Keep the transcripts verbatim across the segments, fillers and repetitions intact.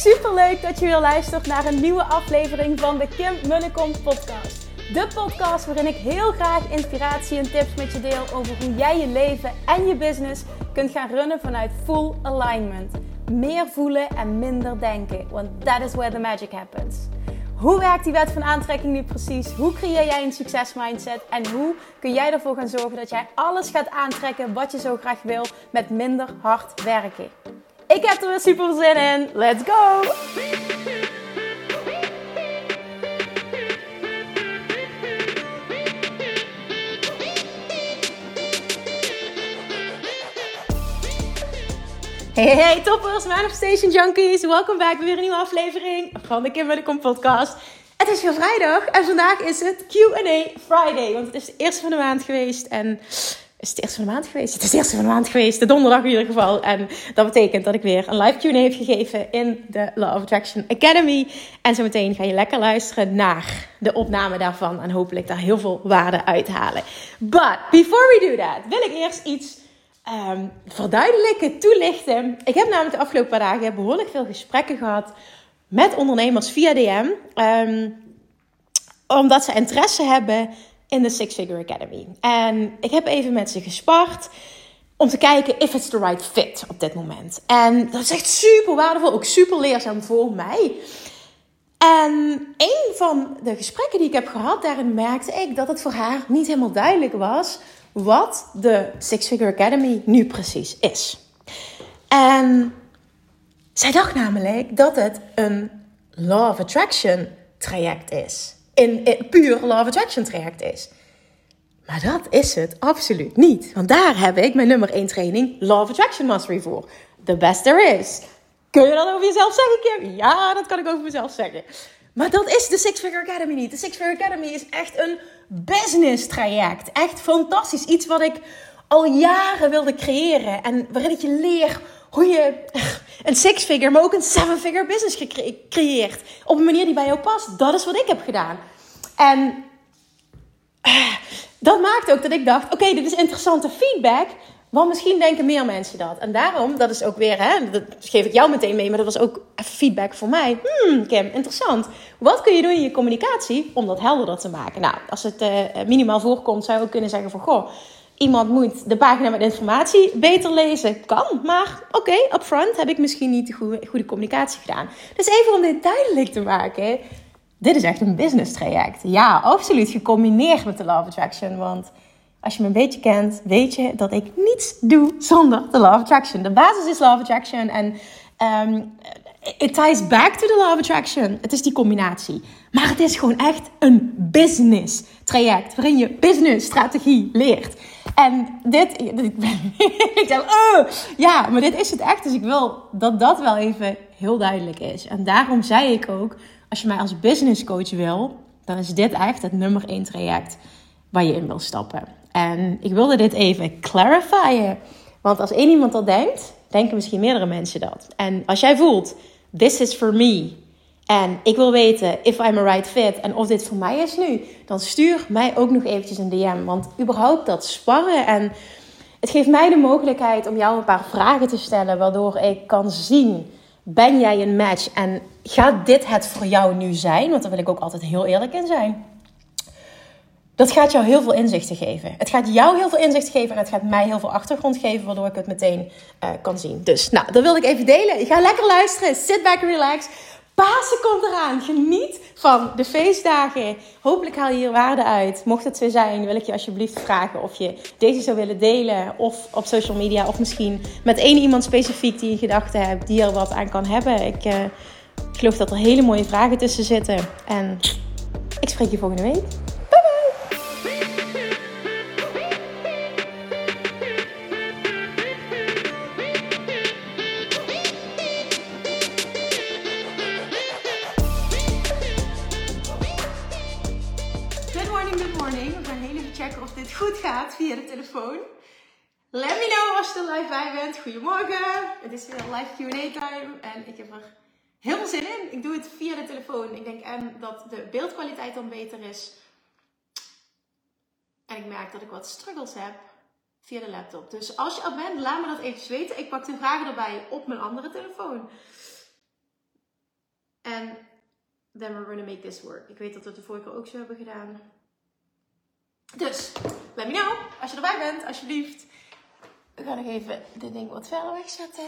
Super leuk dat je weer luistert naar een nieuwe aflevering van de Kim Munnekom podcast. De podcast waarin ik heel graag inspiratie en tips met je deel over hoe jij je leven en je business kunt gaan runnen vanuit full alignment. Meer voelen en minder denken, want that is where the magic happens. Hoe werkt die wet van aantrekking nu precies? Hoe creëer jij een succesmindset? En hoe kun jij ervoor gaan zorgen dat jij alles gaat aantrekken wat je zo graag wil met minder hard werken? Ik heb er weer super zin in. Let's go! Hey, hey, hey, toppers, Manifestation Junkies. Welkom back bij weer een nieuwe aflevering van de Kim Munnekom podcast. Het is weer vrijdag en vandaag is het Q and A Friday. Want het is de eerste van de maand geweest en... Is het de eerste van de maand geweest? Het is de eerste van de maand geweest. De donderdag in ieder geval. En dat betekent dat ik weer een live Q and A heb gegeven in de Law of Attraction Academy. En zometeen ga je lekker luisteren naar de opname daarvan. En hopelijk daar heel veel waarde uit halen. But before we do that, wil ik eerst iets um, verduidelijken, toelichten. Ik heb namelijk de afgelopen paar dagen behoorlijk veel gesprekken gehad met ondernemers via D M. Um, omdat ze interesse hebben in de Six Figure Academy. En ik heb even met ze gespart om te kijken if it's the right fit op dit moment. En dat is echt super waardevol, ook super leerzaam voor mij. En een van de gesprekken die ik heb gehad, daarin merkte ik dat het voor haar niet helemaal duidelijk was wat de Six Figure Academy nu precies is. En zij dacht namelijk dat het een Law of Attraction traject is. In, in puur Law of Attraction traject is. Maar dat is het absoluut niet. Want daar heb ik mijn nummer één training Law of Attraction Mastery voor. The best there is. Kun je dat over jezelf zeggen, Kim? Ja, dat kan ik over mezelf zeggen. Maar dat is de Six Figure Academy niet. De Six Figure Academy is echt een business traject. Echt fantastisch. Iets wat ik al jaren wilde creëren. En waarin ik je leer hoe je een six-figure, maar ook een seven-figure business gecre- creëert. Op een manier die bij jou past. Dat is wat ik heb gedaan. En uh, dat maakt ook dat ik dacht, oké, okay, dit is interessante feedback. Want misschien denken meer mensen dat. En daarom, dat is ook weer, hè, dat geef ik jou meteen mee, maar dat was ook even feedback voor mij. Hmm, Kim, interessant. Wat kun je doen in je communicatie om dat helderder te maken? Nou, als het uh, minimaal voorkomt, zou je ook kunnen zeggen van, goh, iemand moet de pagina met informatie beter lezen. Kan, maar oké, okay, upfront heb ik misschien niet de goede, goede communicatie gedaan. Dus even om dit duidelijk te maken. Dit is echt een business traject. Ja, absoluut gecombineerd met de Law of Attraction. Want als je me een beetje kent, weet je dat ik niets doe zonder de Law of Attraction. De basis is Law of Attraction en um, it ties back to the Law of Attraction. Het is die combinatie. Maar het is gewoon echt een business traject waarin je business strategie leert. En dit, ik zeg, oh, ja, maar dit is het echt. Dus ik wil dat dat wel even heel duidelijk is. En daarom zei ik ook, als je mij als business coach wil, dan is dit echt het nummer één traject waar je in wil stappen. En ik wilde dit even clarifyen. Want als één iemand dat denkt, denken misschien meerdere mensen dat. En als jij voelt, this is for me. En ik wil weten if I'm a right fit en of dit voor mij is nu, dan stuur mij ook nog eventjes een D M. Want überhaupt dat sparren en het geeft mij de mogelijkheid om jou een paar vragen te stellen, waardoor ik kan zien, ben jij een match en gaat dit het voor jou nu zijn? Want daar wil ik ook altijd heel eerlijk in zijn. Dat gaat jou heel veel inzichten geven. Het gaat jou heel veel inzichten geven en het gaat mij heel veel achtergrond geven, waardoor ik het meteen uh, kan zien. Dus, nou, dat wilde ik even delen. Ga lekker luisteren. Sit back and relax. Pasen komt eraan. Geniet van de feestdagen. Hopelijk haal je hier waarde uit. Mocht het zo zijn, wil ik je alsjeblieft vragen of je deze zou willen delen. Of op social media. Of misschien met één iemand specifiek die je gedachten hebt. Die er wat aan kan hebben. Ik uh, geloof dat er hele mooie vragen tussen zitten. En ik spreek je volgende week. Of dit goed gaat via de telefoon. Let me know als je er live bij bent. Goedemorgen. Het is weer live Q and A time. En ik heb er heel veel zin in. Ik doe het via de telefoon. Ik denk en dat de beeldkwaliteit dan beter is. En ik merk dat ik wat struggles heb via de laptop. Dus als je er bent, laat me dat even weten. Ik pak de vragen erbij op mijn andere telefoon. And then we're gonna make this work. Ik weet dat we het de vorige keer ook zo hebben gedaan. Dus, let me know. Als je erbij bent, alsjeblieft. We gaan nog even dit ding wat verder wegzetten.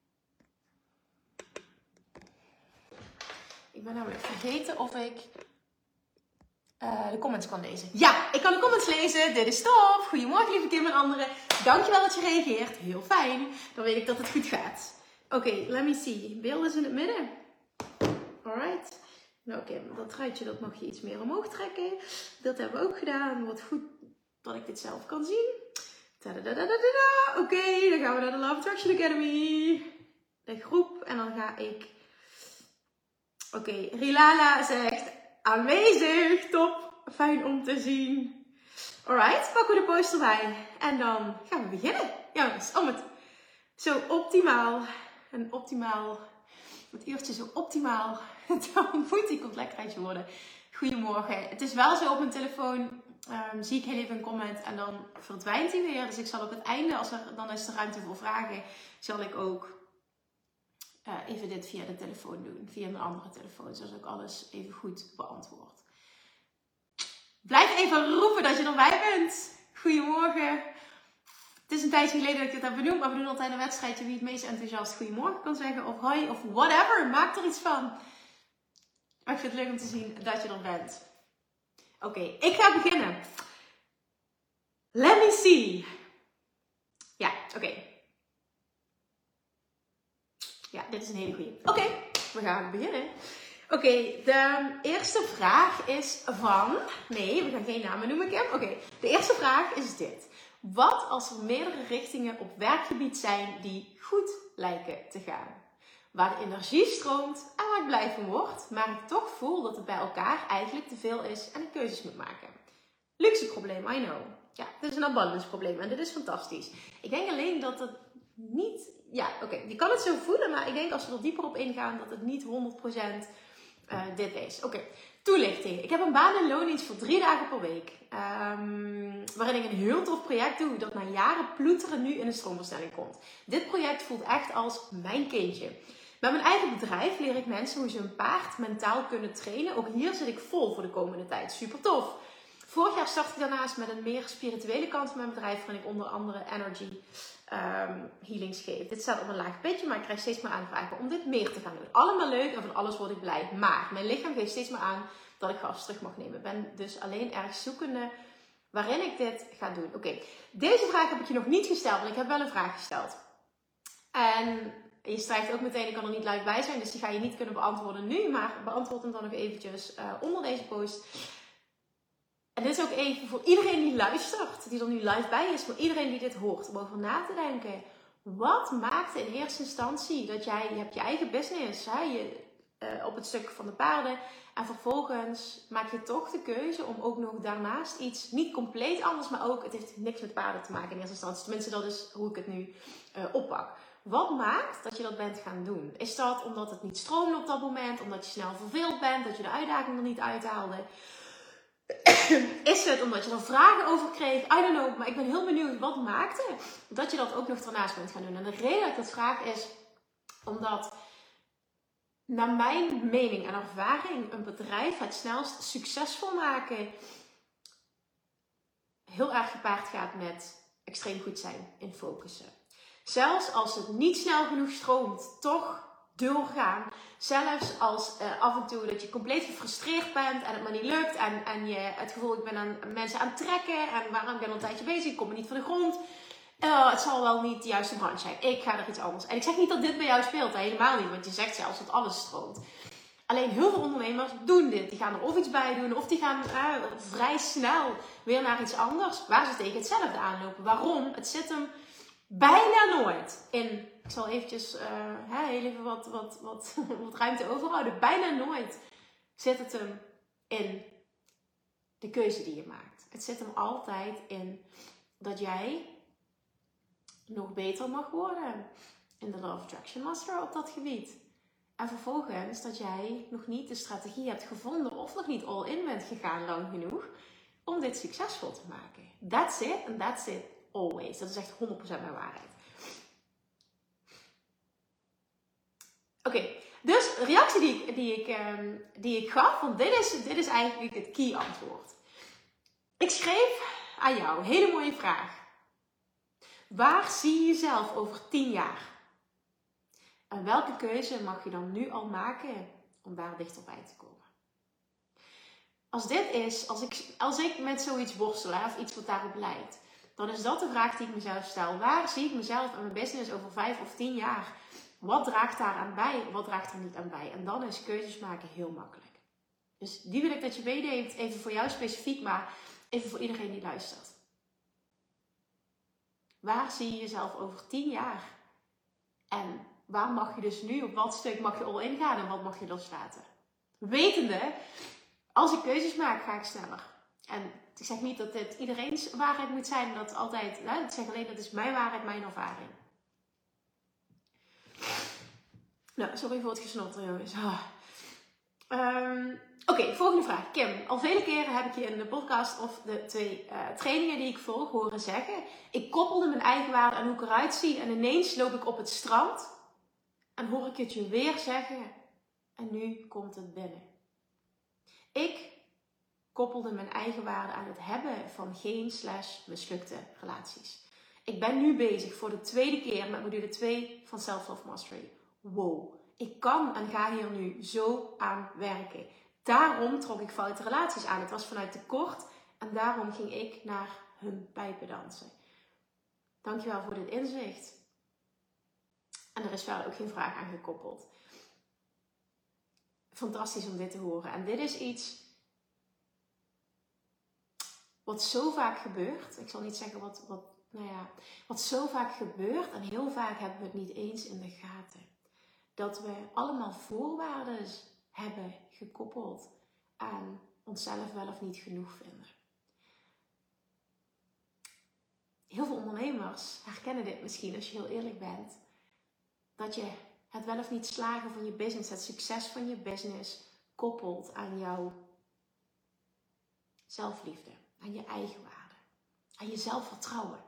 Ik ben namelijk vergeten of ik uh, de comments kan lezen. Ja, ik kan de comments lezen. Dit is tof. Goedemorgen lieve Kim en anderen. Dankjewel dat je reageert. Heel fijn. Dan weet ik dat het goed gaat. Oké, okay, let me see. Beeld is in het midden. Alright. Nou Kim, dat truitje dat mag je iets meer omhoog trekken. Dat hebben we ook gedaan. Wat goed dat ik dit zelf kan zien. Oké, okay, dan gaan we naar de Love Attraction Academy. De groep. En dan ga ik... Oké, okay, Rilala zegt aanwezig. Top. Fijn om te zien. Alright, pakken we de post erbij. En dan gaan we beginnen. Jongens, om het zo optimaal en optimaal... Het uurtje zo optimaal. Dan moet die compleet worden. Goedemorgen. Het is wel zo op mijn telefoon. Um, zie ik heel even een comment en dan verdwijnt hij weer. Dus ik zal op het einde, als er dan is de ruimte voor vragen, zal ik ook uh, even dit via de telefoon doen. Via een andere telefoon. Zodat ik alles even goed beantwoord. Blijf even roepen dat je erbij bent. Goedemorgen. Het is een tijdje geleden dat ik dit heb benoemd, maar we doen altijd een wedstrijdje wie het meest enthousiast goedemorgen kan zeggen. Of hoi, of whatever. Maak er iets van. Maar ik vind het leuk om te zien dat je er bent. Oké, okay, ik ga beginnen. Let me see. Ja, oké. Okay. Ja, dit is een hele goeie. Oké, okay, we gaan beginnen. Oké, okay, de eerste vraag is van... Nee, we gaan geen namen noemen, Kim. Oké, okay, de eerste vraag is dit. Wat als er meerdere richtingen op werkgebied zijn die goed lijken te gaan? Waar de energie stroomt en waar ik blij van word, maar ik toch voel dat het bij elkaar eigenlijk te veel is en ik keuzes moet maken. Luxe probleem, I know. Ja, het is een abundance probleem en dit is fantastisch. Ik denk alleen dat het niet... Ja, oké, okay, je kan het zo voelen, maar ik denk als we er dieper op ingaan dat het niet honderd procent uh, dit is. Oké, okay. Toelichting. Ik heb een baan en loondienst voor drie dagen per week. Um, waarin ik een heel tof project doe dat na jaren ploeteren nu in een stroomversnelling komt. Dit project voelt echt als mijn kindje. Met mijn eigen bedrijf leer ik mensen hoe ze een paard mentaal kunnen trainen. Ook hier zit ik vol voor de komende tijd. Super tof. Vorig jaar startte ik daarnaast met een meer spirituele kant van mijn bedrijf. Waarin ik onder andere energy um, healings geef. Dit staat op een laag pitje, maar ik krijg steeds meer aanvragen om dit meer te gaan doen. Allemaal leuk en van alles word ik blij. Maar mijn lichaam geeft steeds meer aan dat ik gas terug mag nemen. Ik ben dus alleen erg zoekende waarin ik dit ga doen. Oké, okay. Deze vraag heb ik je nog niet gesteld, maar ik heb wel een vraag gesteld. En... Je schrijft ook meteen, ik kan er niet live bij zijn, dus die ga je niet kunnen beantwoorden nu. Maar beantwoord hem dan nog eventjes uh, onder deze post. En dit is ook even voor iedereen die luistert, die er nu live bij is. Voor iedereen die dit hoort, om over na te denken. Wat maakte in eerste instantie dat jij, je hebt je eigen business, hè, je, uh, op het stuk van de paarden. En vervolgens maak je toch de keuze om ook nog daarnaast iets, niet compleet anders, maar ook, het heeft niks met paarden te maken in eerste instantie. Tenminste, dat is hoe ik het nu uh, oppak. Wat maakt dat je dat bent gaan doen? Is dat omdat het niet stroomde op dat moment? Omdat je snel verveeld bent? Dat je de uitdaging er niet uithaalde? Is het omdat je er vragen over kreeg? I don't know. Maar ik ben heel benieuwd. Wat maakte dat je dat ook nog daarnaast bent gaan doen? En de reden dat ik dat vraag is omdat naar mijn mening en ervaring een bedrijf het snelst succesvol maken heel erg gepaard gaat met extreem goed zijn in focussen. Zelfs als het niet snel genoeg stroomt, toch doorgaan. Zelfs als uh, af en toe dat je compleet gefrustreerd bent en het maar niet lukt. En, en je het gevoel, ik ben aan mensen aan het trekken. En waarom ik ben al een tijdje bezig, ik kom er niet van de grond. Uh, het zal wel niet de juiste branche zijn. Ik ga er iets anders. En ik zeg niet dat dit bij jou speelt, helemaal niet. Want je zegt zelfs dat alles stroomt. Alleen heel veel ondernemers doen dit. Die gaan er of iets bij doen. Of die gaan uh, vrij snel weer naar iets anders. Waar ze tegen hetzelfde aanlopen. Waarom? Het zit hem bijna nooit in. Ik zal eventjes uh, heel even wat, wat, wat, wat ruimte overhouden. Bijna nooit zit het hem in de keuze die je maakt. Het zit hem altijd in dat jij nog beter mag worden. In de Law of Attraction Master op dat gebied. En vervolgens dat jij nog niet de strategie hebt gevonden of nog niet all in bent gegaan lang genoeg om dit succesvol te maken. That's it and that's it always. Dat is echt honderd procent mijn waarheid. Oké, okay. Dus de reactie die ik, die ik, um, die ik gaf, want dit is, dit is eigenlijk het key antwoord. Ik schreef aan jou, een hele mooie vraag. Waar zie je jezelf over tien jaar? En welke keuze mag je dan nu al maken om daar dichterbij te komen? Als dit is, als ik, als ik met zoiets worstel, hè, of iets wat daarop lijkt, dan is dat de vraag die ik mezelf stel. Waar zie ik mezelf en mijn business over vijf of tien jaar? Wat draagt daar aan bij? Wat draagt er niet aan bij? En dan is keuzes maken heel makkelijk. Dus die wil ik dat je meeneemt, even voor jou specifiek, maar even voor iedereen die luistert. Waar zie je jezelf over tien jaar? En waar mag je dus nu, op wat stuk mag je all in gaan en wat mag je loslaten? Wetende, als ik keuzes maak, ga ik sneller. En ik zeg niet dat dit iedereen's waarheid moet zijn. Dat altijd, hè, ik zeg alleen, dat is mijn waarheid, mijn ervaring. Nou, sorry voor het gesnotter, jongens. Oh. Um, Oké, okay, volgende vraag. Kim, al vele keren heb ik je in de podcast of de twee uh, trainingen die ik volg horen zeggen. Ik koppelde mijn eigen waarde aan hoe ik eruit zie. En ineens loop ik op het strand. En hoor ik het je weer zeggen. En nu komt het binnen. Ik koppelde mijn eigen waarde aan het hebben van geen slash mislukte relaties. Ik ben nu bezig voor de tweede keer met module twee van Self-Love Mastery. Wow, ik kan en ga hier nu zo aan werken. Daarom trok ik foute relaties aan. Het was vanuit tekort en daarom ging ik naar hun pijpen dansen. Dankjewel voor dit inzicht. En er is verder ook geen vraag aan gekoppeld. Fantastisch om dit te horen. En dit is iets wat zo vaak gebeurt. Ik zal niet zeggen wat, wat, nou ja, wat zo vaak gebeurt. En heel vaak hebben we het niet eens in de gaten. Dat we allemaal voorwaarden hebben gekoppeld aan onszelf wel of niet genoeg vinden. Heel veel ondernemers herkennen dit misschien als je heel eerlijk bent. Dat je het wel of niet slagen van je business, het succes van je business koppelt aan jouw zelfliefde, aan je eigenwaarde, aan je zelfvertrouwen.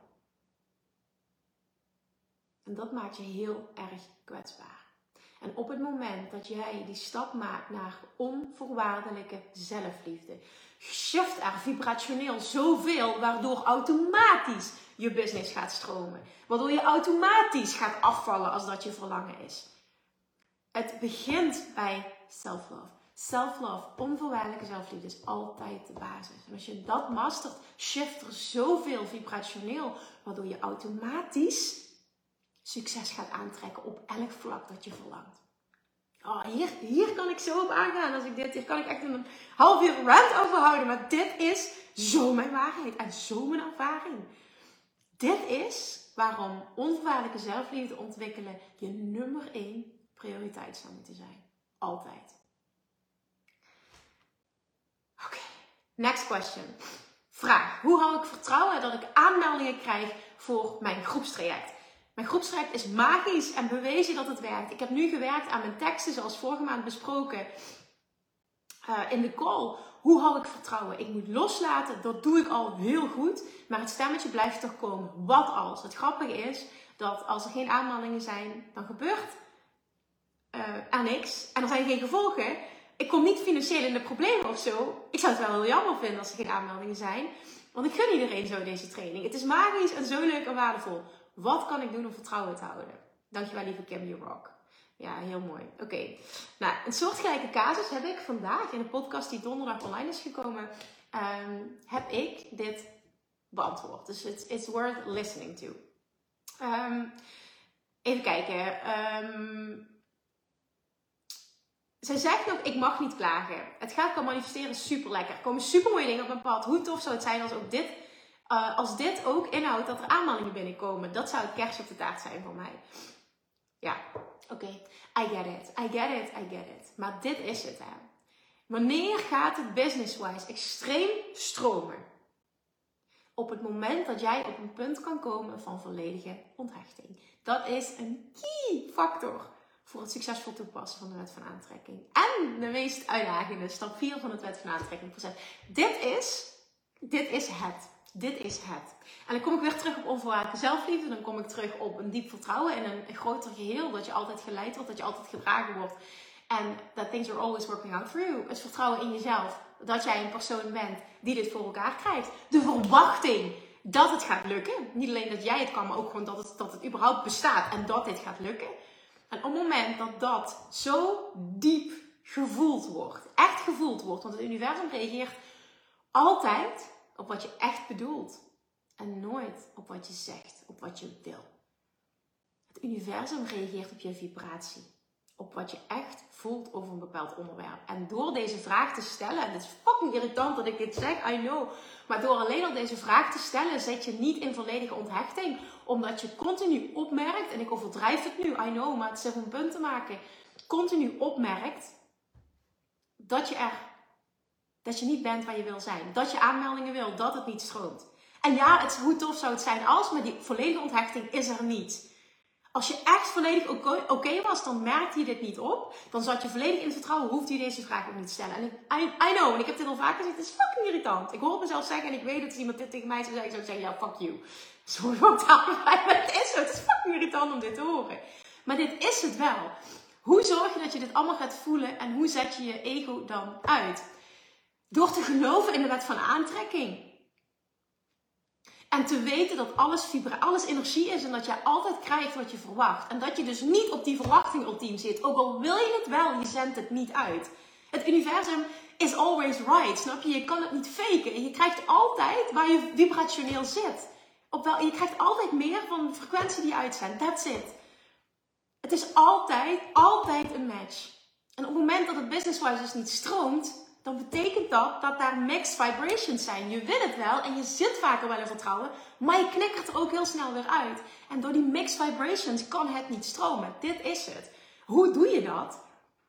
En dat maakt je heel erg kwetsbaar. En op het moment dat jij die stap maakt naar onvoorwaardelijke zelfliefde, shift er vibrationeel zoveel, waardoor automatisch je business gaat stromen. Waardoor je automatisch gaat afvallen als dat je verlangen is. Het begint bij self-love. Self-love, onvoorwaardelijke zelfliefde is altijd de basis. En als je dat mastert, shift er zoveel vibrationeel, waardoor je automatisch succes gaat aantrekken op elk vlak dat je verlangt. Oh, hier, hier kan ik zo op aangaan. Als ik dit, hier kan ik echt een half uur rant over houden. Maar dit is zo mijn waarheid en zo mijn ervaring. Dit is waarom onvoorwaardelijke zelfliefde ontwikkelen je nummer één prioriteit zou moeten zijn. Altijd. Oké, okay. Next question. Vraag. Hoe hou ik vertrouwen dat ik aanmeldingen krijg voor mijn groepstraject? Mijn groepstraject is magisch en bewezen dat het werkt. Ik heb nu gewerkt aan mijn teksten, zoals vorige maand besproken uh, in de call. Hoe hou ik vertrouwen? Ik moet loslaten, dat doe ik al heel goed. Maar het stemmetje blijft toch komen. Wat als? Het grappige is dat als er geen aanmeldingen zijn, dan gebeurt uh, er niks. En er zijn geen gevolgen. Ik kom niet financieel in de problemen of zo. Ik zou het wel heel jammer vinden als er geen aanmeldingen zijn. Want ik gun iedereen zo deze training. Het is magisch en zo leuk en waardevol. Wat kan ik doen om vertrouwen te houden? Dankjewel, lieve Kim, you rock. Ja, heel mooi. Oké. Okay. Nou, een soortgelijke casus heb ik vandaag in de podcast die donderdag online is gekomen. Um, heb ik dit beantwoord. Dus it's, it's worth listening to. Um, even kijken. Um, zij zegt ook, ik mag niet klagen. Het gaat kan manifesteren super lekker. Er komen super mooie dingen op mijn pad. Hoe tof zou het zijn als ook dit... Uh, als dit ook inhoudt dat er aanmeldingen binnenkomen. Dat zou het kerstje op de taart zijn voor mij. Ja, oké. Okay. I get it. I get it. I get it. Maar dit is het, hè. Wanneer gaat het business-wise extreem stromen? Op het moment dat jij op een punt kan komen van volledige onthechting. Dat is een key factor voor het succesvol toepassen van de wet van aantrekking. En de meest uitdagende stap vier van het wet van aantrekking proces. Dit is, dit is het. Dit is het. En dan kom ik weer terug op onvoorwaardelijke zelfliefde. Dan kom ik terug op een diep vertrouwen in een, een groter geheel. Dat je altijd geleid wordt. Dat je altijd gedragen wordt En that things are always working out for you. Het vertrouwen in jezelf. Dat jij een persoon bent die dit voor elkaar krijgt. De verwachting dat het gaat lukken. Niet alleen dat jij het kan, maar ook gewoon dat het, dat het überhaupt bestaat. En dat dit gaat lukken. En op het moment dat dat zo diep gevoeld wordt. Echt gevoeld wordt. Want het universum reageert altijd op wat je echt bedoelt. En nooit op wat je zegt. Op wat je wil. Het universum reageert op je vibratie. Op wat je echt voelt over een bepaald onderwerp. En door deze vraag te stellen, en het is fucking irritant dat ik dit zeg, I know. Maar door alleen al deze vraag te stellen, zet je niet in volledige onthechting. Omdat je continu opmerkt, en ik overdrijf het nu, I know, maar het is even een punt te maken. Continu opmerkt dat je er, dat je niet bent waar je wil zijn. Dat je aanmeldingen wil, dat het niet stroomt. En ja, het, hoe tof zou het zijn als, maar die volledige onthechting is er niet. Als je echt volledig oké okay was, dan merkte je dit niet op. Dan zat je volledig in het vertrouwen, hoefde je deze vraag ook niet te stellen. En ik, I, I know, en ik heb dit al vaker gezegd, het is fucking irritant. Ik hoor het mezelf zeggen en ik weet dat als iemand dit tegen mij zou zeggen, ik zou zeggen, ja, fuck you. Sorry wat ik daar maar het is zo, het is fucking irritant om dit te horen. Maar dit is het wel. Hoe zorg je dat je dit allemaal gaat voelen en hoe zet je je ego dan uit? Door te geloven in de wet van aantrekking. En te weten dat alles, vibra- alles energie is en dat jij altijd krijgt wat je verwacht. En dat je dus niet op die verwachting ultiem zit. Ook al wil je het wel, je zendt het niet uit. Het universum is always right, snap je? Je kan het niet faken. Je krijgt altijd waar je vibrationeel zit. Op wel, je krijgt altijd meer van de frequentie die je uitzendt. That's it. Het is altijd, altijd een match. En op het moment dat het business-wise dus niet stroomt, dan betekent dat dat daar mixed vibrations zijn. Je wil het wel en je zit vaker wel in vertrouwen, maar je knikkert er ook heel snel weer uit. En door die mixed vibrations kan het niet stromen. Dit is het. Hoe doe je dat?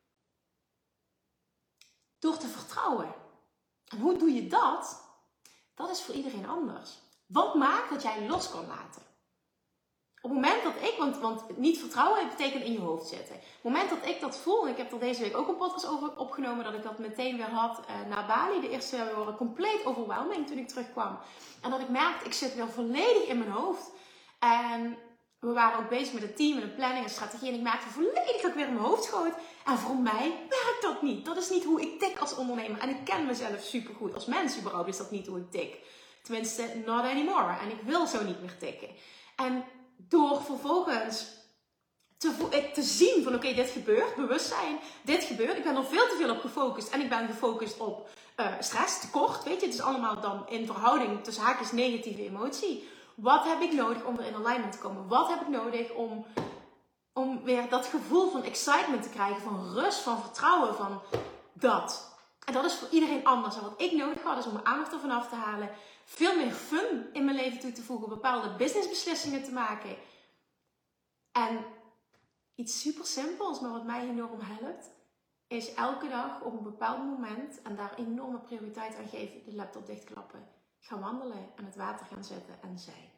Door te vertrouwen. En hoe doe je dat? Dat is voor iedereen anders. Wat maakt dat jij los kan laten? Op het moment dat ik, want, want niet vertrouwen betekent in je hoofd zitten. Op het moment dat ik dat voel, en ik heb er deze week ook een podcast over opgenomen, dat ik dat meteen weer had uh, naar Bali. De eerste jaren waren compleet overwhelming toen ik terugkwam. En dat ik merkte, ik zit weer volledig in mijn hoofd. En we waren ook bezig met het team en de planning en strategie. En ik merkte volledig dat ik weer in mijn hoofd schoot. En voor mij werkt dat niet. Dat is niet hoe ik tik als ondernemer. En ik ken mezelf supergoed. Als mens überhaupt is dat niet hoe ik tik. Tenminste, not anymore. En ik wil zo niet meer tikken. En door vervolgens te, te zien van oké, okay, dit gebeurt, bewustzijn, dit gebeurt. Ik ben er veel te veel op gefocust en ik ben gefocust op uh, stress, tekort. Weet je, het is allemaal dan in verhouding tussen haakjes negatieve emotie. Wat heb ik nodig om er in alignment te komen? Wat heb ik nodig om, om weer dat gevoel van excitement te krijgen, van rust, van vertrouwen, van dat. En dat is voor iedereen anders. En wat ik nodig had is om mijn aandacht ervan af te halen, veel meer fun in mijn leven toe te voegen, bepaalde businessbeslissingen te maken. En iets super simpels, maar wat mij enorm helpt, is elke dag op een bepaald moment, en daar enorme prioriteit aan geven, de laptop dichtklappen, gaan wandelen, aan het water gaan zitten en zijn.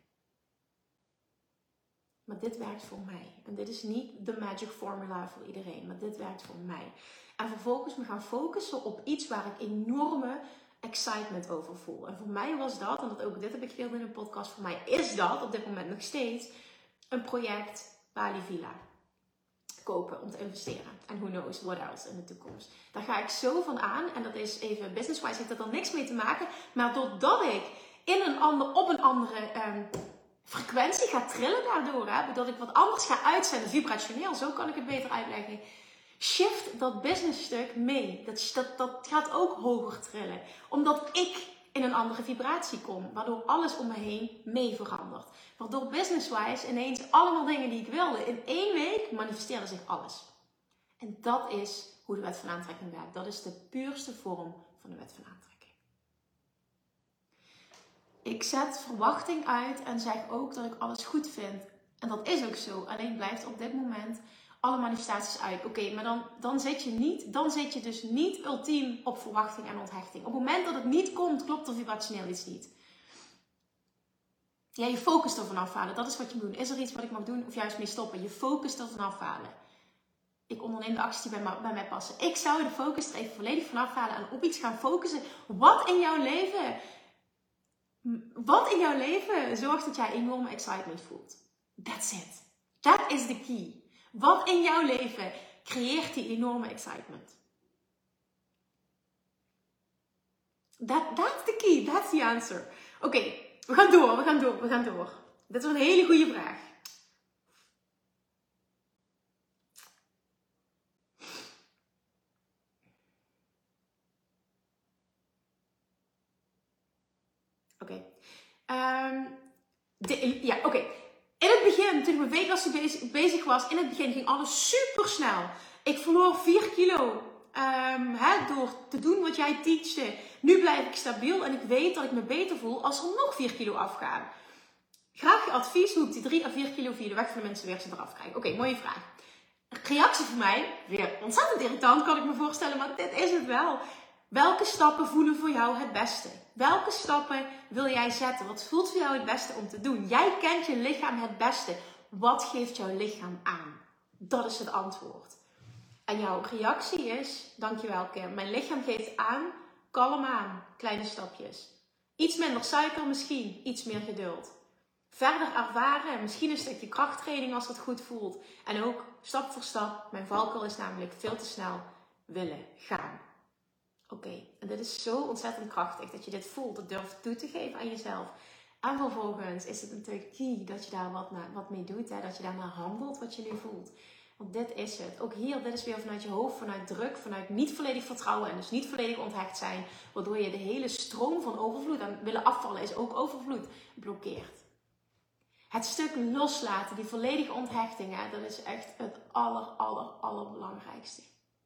Maar dit werkt voor mij. En dit is niet de magic formula voor iedereen, maar dit werkt voor mij. En vervolgens me gaan focussen op iets waar ik enorme excitement over voel. En voor mij was dat, en dat ook dit heb ik gedeeld in een podcast, voor mij is dat op dit moment nog steeds een project Bali Villa kopen om te investeren. En who knows what else in de toekomst. Daar ga ik zo van aan. En dat is even business-wise, heeft dat er niks mee te maken. Maar doordat ik in een ander, op een andere um, frequentie ga trillen daardoor. Hè, dat ik wat anders ga uitzenden, vibrationeel. Zo kan ik het beter uitleggen. Shift dat business stuk mee. Dat, dat, dat gaat ook hoger trillen. Omdat ik in een andere vibratie kom. Waardoor alles om me heen mee verandert. Waardoor business-wise ineens allemaal dingen die ik wilde. In één week manifesteerde zich alles. En dat is hoe de wet van aantrekking werkt. Dat is de puurste vorm van de wet van aantrekking. Ik zet verwachting uit en zeg ook dat ik alles goed vind. En dat is ook zo. Alleen blijft op dit moment alle manifestaties uit. Oké, okay, maar dan, dan, zit je niet, dan zit je dus niet ultiem op verwachting en onthechting. Op het moment dat het niet komt, klopt er vibrationeel iets niet. Ja, je focus ervan afhalen. Dat is wat je moet doen. Is er iets wat ik mag doen of juist mee stoppen? Je focus ervan afhalen. Ik onderneem de acties die bij, bij mij passen. Ik zou de focus er even volledig van afhalen en op iets gaan focussen. Wat in jouw leven, wat in jouw leven zorgt dat jij enorme excitement voelt. That's it. That is the key. Wat in jouw leven creëert die enorme excitement. That, that's the key, that's the answer. Oké, okay, we gaan door, we gaan door, we gaan door. Dit is een hele goede vraag. Oké. Okay. Um, ja, oké. Okay. In het begin, toen ik mijn weeklasje bezig, bezig was, in het begin ging alles super snel. Ik verloor vier kilo um, hè, door te doen wat jij teachte. Nu blijf ik stabiel en ik weet dat ik me beter voel als er nog vier kilo afgaan. Graag je advies hoe ik die drie à vier kilo via de weg van de mensen weer eraf krijg. Oké, okay, mooie vraag. Reactie van mij, weer ontzettend irritant kan ik me voorstellen, maar dit is het wel. Welke stappen voelen voor jou het beste? Welke stappen wil jij zetten? Wat voelt voor jou het beste om te doen? Jij kent je lichaam het beste. Wat geeft jouw lichaam aan? Dat is het antwoord. En jouw reactie is, dankjewel Kim, mijn lichaam geeft aan, kalm aan, kleine stapjes. Iets minder suiker misschien, iets meer geduld. Verder ervaren, misschien een stukje krachttraining als dat goed voelt. En ook stap voor stap, mijn valkuil is namelijk veel te snel willen gaan. Oké, okay. En dit is zo ontzettend krachtig dat je dit voelt, dat durft toe te geven aan jezelf. En vervolgens is het natuurlijk key dat je daar wat, naar, wat mee doet, hè? Dat je daarna handelt wat je nu voelt. Want dit is het. Ook hier, dit is weer vanuit je hoofd, vanuit druk, vanuit niet volledig vertrouwen en dus niet volledig onthecht zijn. Waardoor je de hele stroom van overvloed, en willen afvallen is ook overvloed, blokkeert. Het stuk loslaten, die volledige onthechting, hè, dat is echt het aller, aller, allerbelangrijkste.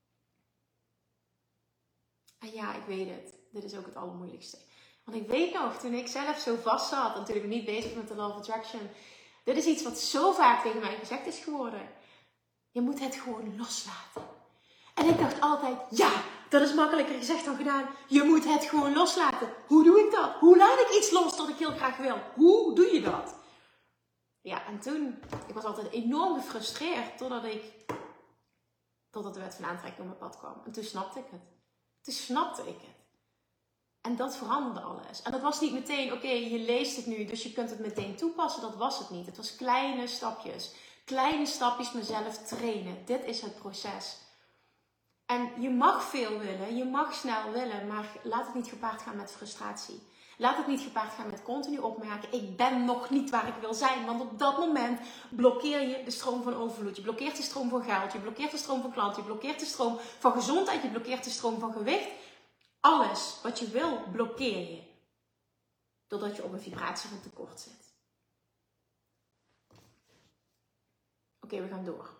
En ja, ik weet het. Dit is ook het allermoeilijkste. Want ik weet nog, toen ik zelf zo vast zat, natuurlijk niet bezig met de Law of Attraction. Dit is iets wat zo vaak tegen mij gezegd is geworden. Je moet het gewoon loslaten. En ik dacht altijd, ja, dat is makkelijker gezegd dan gedaan. Je moet het gewoon loslaten. Hoe doe ik dat? Hoe laat ik iets los dat ik heel graag wil? Hoe doe je dat? Ja, en toen, ik was altijd enorm gefrustreerd totdat ik, totdat de wet van aantrekking op mijn pad kwam. En toen snapte ik het. Toen snapte ik het. En dat veranderde alles. En dat was niet meteen, oké, okay, je leest het nu, dus je kunt het meteen toepassen. Dat was het niet. Het was kleine stapjes. Kleine stapjes mezelf trainen. Dit is het proces. En je mag veel willen, je mag snel willen, maar laat het niet gepaard gaan met frustratie. Laat het niet gepaard gaan met continu opmerken, ik ben nog niet waar ik wil zijn. Want op dat moment blokkeer je de stroom van overvloed. Je blokkeert de stroom van geld, je blokkeert de stroom van klanten, je blokkeert de stroom van gezondheid, je blokkeert de stroom van gewicht. Alles wat je wil, blokkeer je. Doordat je op een vibratie van tekort zit. Oké, okay, we gaan door.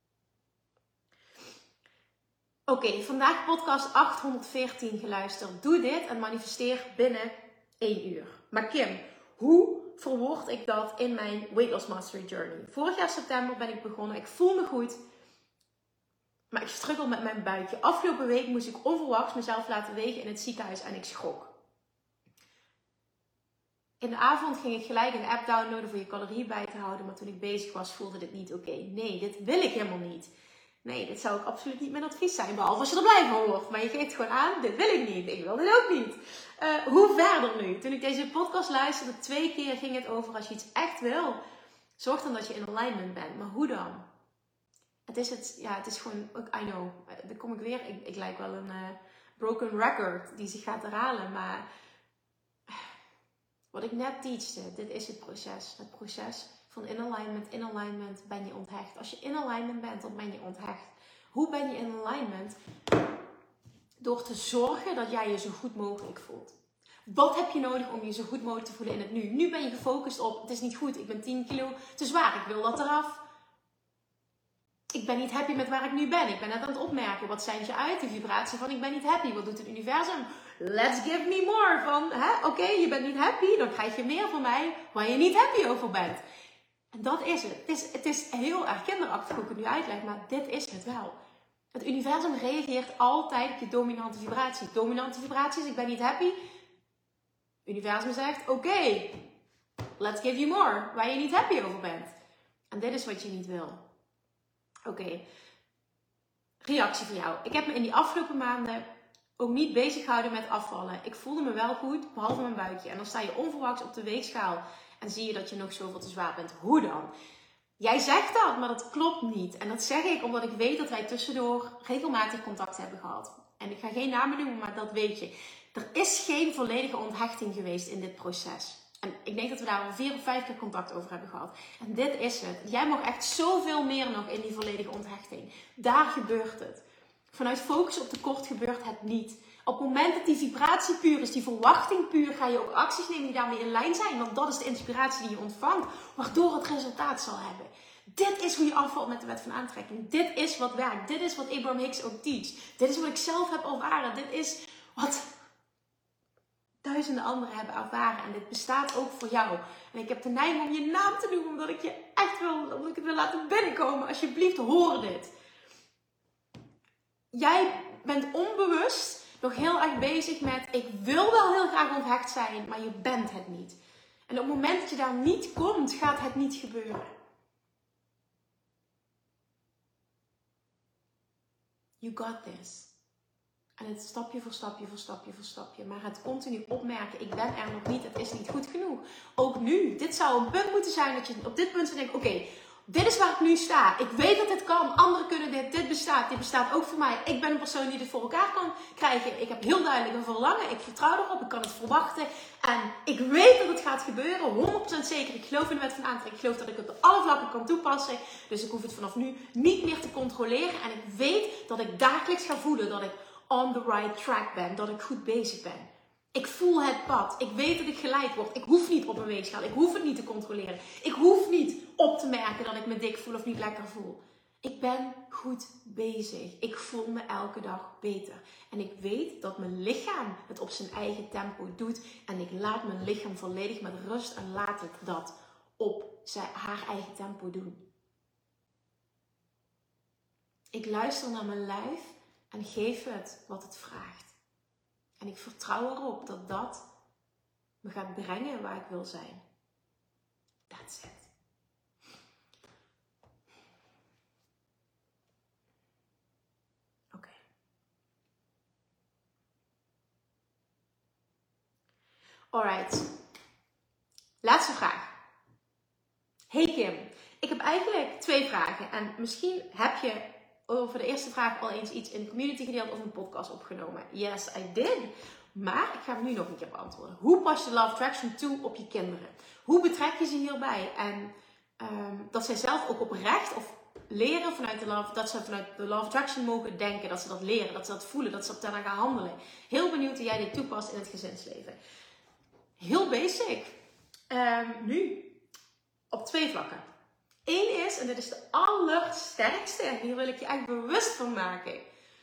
Oké, okay, vandaag podcast achthonderdveertien geluisterd. Doe dit en manifesteer binnen één uur. Maar Kim, hoe verwoord ik dat in mijn Weight Loss Mastery Journey? Vorig jaar september ben ik begonnen. Ik voel me goed. Maar ik struggle met mijn buikje. Afgelopen week moest ik onverwachts mezelf laten wegen in het ziekenhuis en ik schrok. In de avond ging ik gelijk een app downloaden voor je calorieën bij te houden. Maar toen ik bezig was voelde dit niet oké. Okay. Nee, dit wil ik helemaal niet. Nee, dit zou ook absoluut niet mijn advies zijn. Behalve als je er blij van wordt. Maar je geeft gewoon aan, dit wil ik niet. Ik wil dit ook niet. Uh, hoe verder nu? Toen ik deze podcast luisterde, twee keer ging het over als je iets echt wil. Zorg dan dat je in alignment bent. Maar hoe dan? Het is het, ja, het is gewoon, I know. Dan kom ik weer, ik, ik lijk wel een uh, broken record die zich gaat herhalen. Maar wat ik net teachte, dit is het proces. Het proces van in alignment, in alignment ben je onthecht. Als je in alignment bent, dan ben je onthecht. Hoe ben je in alignment? Door te zorgen dat jij je zo goed mogelijk voelt. Wat heb je nodig om je zo goed mogelijk te voelen in het nu? Nu ben je gefocust op, het is niet goed, ik ben tien kilo te zwaar, ik wil dat eraf. Ik ben niet happy met waar ik nu ben. Ik ben net aan het opmerken, wat zendt je uit? Die vibratie van ik ben niet happy. Wat doet het universum? Let's give me more. Van, oké, okay, je bent niet happy, dan krijg je meer van mij waar je niet happy over bent. En dat is het. Het is, het is heel erg kinderachtig hoe ik het nu uitleg, maar dit is het wel. Het universum reageert altijd op je dominante vibratie. Dominante vibratie is ik ben niet happy. Het universum zegt oké, okay, let's give you more waar je niet happy over bent. En dit is wat je niet wil. Oké, okay. Reactie van jou. Ik heb me in die afgelopen maanden ook niet bezig gehouden met afvallen. Ik voelde me wel goed, behalve mijn buikje. En dan sta je onverwachts op de weegschaal en zie je dat je nog zoveel te zwaar bent. Hoe dan? Jij zegt dat, maar dat klopt niet. En dat zeg ik omdat ik weet dat wij tussendoor regelmatig contact hebben gehad. En ik ga geen namen noemen, maar dat weet je. Er is geen volledige onthechting geweest in dit proces. En ik denk dat we daar al vier of vijf keer contact over hebben gehad. En dit is het. Jij mag echt zoveel meer nog in die volledige onthechting. Daar gebeurt het. Vanuit focus op tekort gebeurt het niet. Op het moment dat die vibratie puur is, die verwachting puur, ga je ook acties nemen die daarmee in lijn zijn. Want dat is de inspiratie die je ontvangt, waardoor het resultaat zal hebben. Dit is hoe je afvalt met de wet van aantrekking. Dit is wat werkt. Dit is wat Abraham Hicks ook teacht. Dit is wat ik zelf heb ervaren. Dit is wat duizenden anderen hebben ervaren. En dit bestaat ook voor jou. En ik heb de neiging om je naam te noemen, omdat ik je echt wil, omdat ik het wil laten binnenkomen. Alsjeblieft, hoor dit. Jij bent onbewust nog heel erg bezig met, ik wil wel heel graag onthecht zijn, maar je bent het niet. En op het moment dat je daar niet komt, gaat het niet gebeuren. You got this. En het stapje voor stapje voor stapje voor stapje. Maar het continu opmerken, ik ben er nog niet, het is niet goed genoeg. Ook nu, dit zou een punt moeten zijn dat je op dit punt zou denken, oké, okay, dit is waar ik nu sta. Ik weet dat dit kan, anderen kunnen dit, dit bestaat, dit bestaat ook voor mij. Ik ben een persoon die dit voor elkaar kan krijgen. Ik heb heel duidelijk een verlangen, ik vertrouw erop, ik kan het verwachten. En ik weet dat het gaat gebeuren, honderd procent zeker. Ik geloof in de wet van aantrekking, ik geloof dat ik het op alle vlakken kan toepassen. Dus ik hoef het vanaf nu niet meer te controleren. En ik weet dat ik dagelijks ga voelen dat ik on the right track ben, dat ik goed bezig ben. Ik voel het pad. Ik weet dat ik geleid word. Ik hoef niet op een weegschaal. Ik hoef het niet te controleren. Ik hoef niet op te merken dat ik me dik voel of niet lekker voel. Ik ben goed bezig. Ik voel me elke dag beter. En ik weet dat mijn lichaam het op zijn eigen tempo doet. En ik laat mijn lichaam volledig met rust en laat het dat op zijn, haar eigen tempo doen. Ik luister naar mijn lijf en geef het wat het vraagt. En ik vertrouw erop dat dat me gaat brengen waar ik wil zijn. That's it. Oké. Okay. Alright. Laatste vraag. Hey Kim, ik heb eigenlijk twee vragen. En misschien heb je over de eerste vraag al eens iets in de community gedeeld of een podcast opgenomen. Yes, I did. Maar ik ga hem nu nog een keer beantwoorden. Hoe pas je Love Attraction toe op je kinderen? Hoe betrek je ze hierbij? En um, dat zij zelf ook oprecht of leren vanuit de love, dat ze vanuit de Love Attraction mogen denken, dat ze dat leren, dat ze dat voelen, dat ze daarna gaan handelen. Heel benieuwd hoe jij dit toepast in het gezinsleven. Heel basic. Um, nu, op twee vlakken. Eén is, en dit is de allersterkste, en hier wil ik je echt bewust van maken.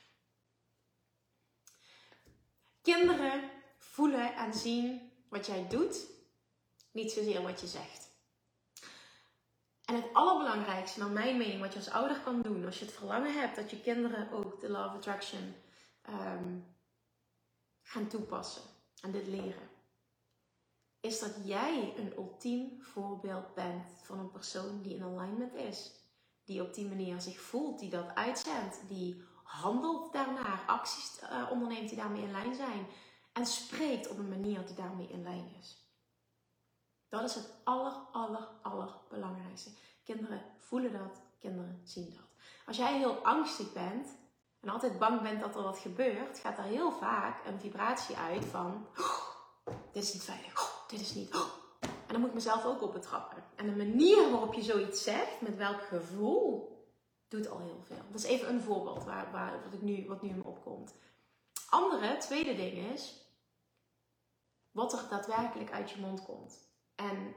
Kinderen voelen en zien wat jij doet, niet zozeer wat je zegt. En het allerbelangrijkste, naar mijn mening, wat je als ouder kan doen, als je het verlangen hebt dat je kinderen ook de Love Attraction um, gaan toepassen en dit leren, is dat jij een ultiem voorbeeld bent van een persoon die in alignment is. Die op die manier zich voelt, die dat uitzendt, die handelt daarnaar, acties uh, onderneemt die daarmee in lijn zijn. En spreekt op een manier die daarmee in lijn is. Dat is het aller, aller, aller belangrijkste. Kinderen voelen dat, kinderen zien dat. Als jij heel angstig bent en altijd bang bent dat er wat gebeurt, gaat er heel vaak een vibratie uit van, oh, dit is niet veilig, oh, dit is niet. Oh. En dan moet ik mezelf ook op betrappen. En de manier waarop je zoiets zegt, met welk gevoel, doet al heel veel. Dat is even een voorbeeld waar, waar, wat, ik nu, wat nu in me opkomt. Andere, tweede ding is, wat er daadwerkelijk uit je mond komt. En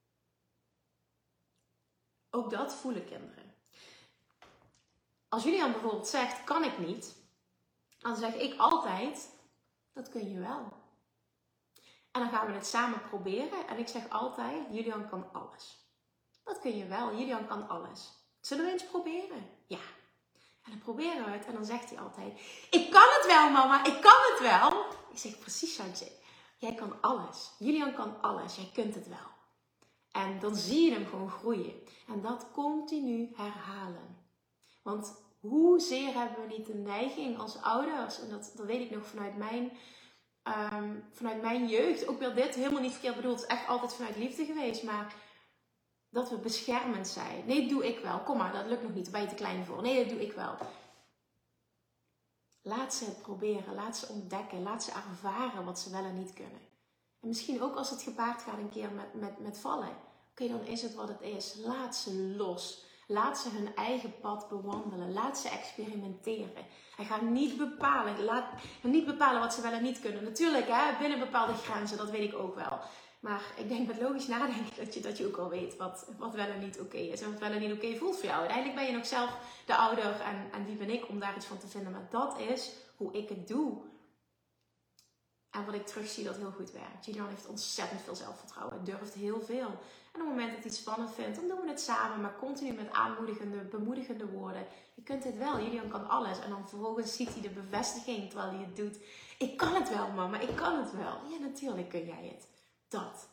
ook dat voelen kinderen. Als Julian bijvoorbeeld zegt, kan ik niet, dan zeg ik altijd, dat kun je wel. En dan gaan we het samen proberen. En ik zeg altijd, Julian kan alles. Dat kun je wel, Julian kan alles. Zullen we eens proberen? Ja. En dan proberen we het en dan zegt hij altijd, ik kan het wel mama, ik kan het wel. Ik zeg, precies Shantje, jij kan alles. Julian kan alles, jij kunt het wel. En dan zie je hem gewoon groeien. En dat continu herhalen. Want hoezeer hebben we niet de neiging als ouders, en dat, dat weet ik nog vanuit mijn, um, vanuit mijn jeugd, ook wel dit, helemaal niet verkeerd bedoeld, het is echt altijd vanuit liefde geweest, maar dat we beschermend zijn. Nee, dat doe ik wel. Kom maar, dat lukt nog niet. Daar ben je te klein voor. Nee, dat doe ik wel. Laat ze het proberen. Laat ze ontdekken. Laat ze ervaren wat ze wel en niet kunnen. En misschien ook als het gepaard gaat een keer met, met, met vallen. Oké, okay, dan is het wat het is. Laat ze los. Laat ze hun eigen pad bewandelen. Laat ze experimenteren. En ga niet bepalen, laat, niet bepalen wat ze wel en niet kunnen. Natuurlijk, hè, binnen bepaalde grenzen, dat weet ik ook wel. Maar ik denk met logisch nadenken dat je, dat je ook al weet wat, wat wel en niet oké is. En wat wel en niet oké voelt voor jou. Uiteindelijk ben je nog zelf de ouder en, en wie ben ik om daar iets van te vinden. Maar dat is hoe ik het doe. En wat ik terugzie dat heel goed werkt. Julian heeft ontzettend veel zelfvertrouwen. Hij durft heel veel. En op het moment dat hij het spannend vindt, dan doen we het samen. Maar continu met aanmoedigende, bemoedigende woorden. Je kunt dit wel. Julian kan alles. En dan vervolgens ziet hij de bevestiging terwijl hij het doet. Ik kan het wel, mama. Ik kan het wel. Ja, natuurlijk kun jij het. Dat.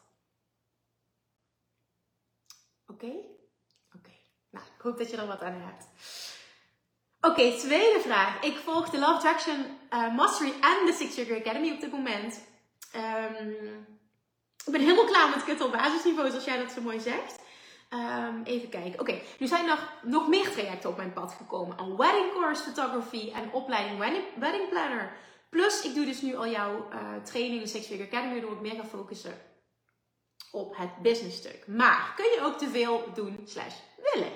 Oké? Okay? Oké. Okay. Nou, ik hoop dat je er wat aan hebt. Oké, okay, tweede vraag. Ik volg de Love Attraction uh, Mastery en de Six Figure Academy op dit moment. Um, ik ben helemaal klaar met Kut op basisniveau, zoals jij dat zo mooi zegt. Um, even kijken. Oké, okay, nu zijn er nog meer trajecten op mijn pad gekomen. Een wedding course photography en opleiding wedding, wedding planner. Plus, ik doe dus nu al jouw uh, training, de Six Figure Academy, waardoor ik meer ga focussen op het business stuk. Maar kun je ook te veel doen slash willen?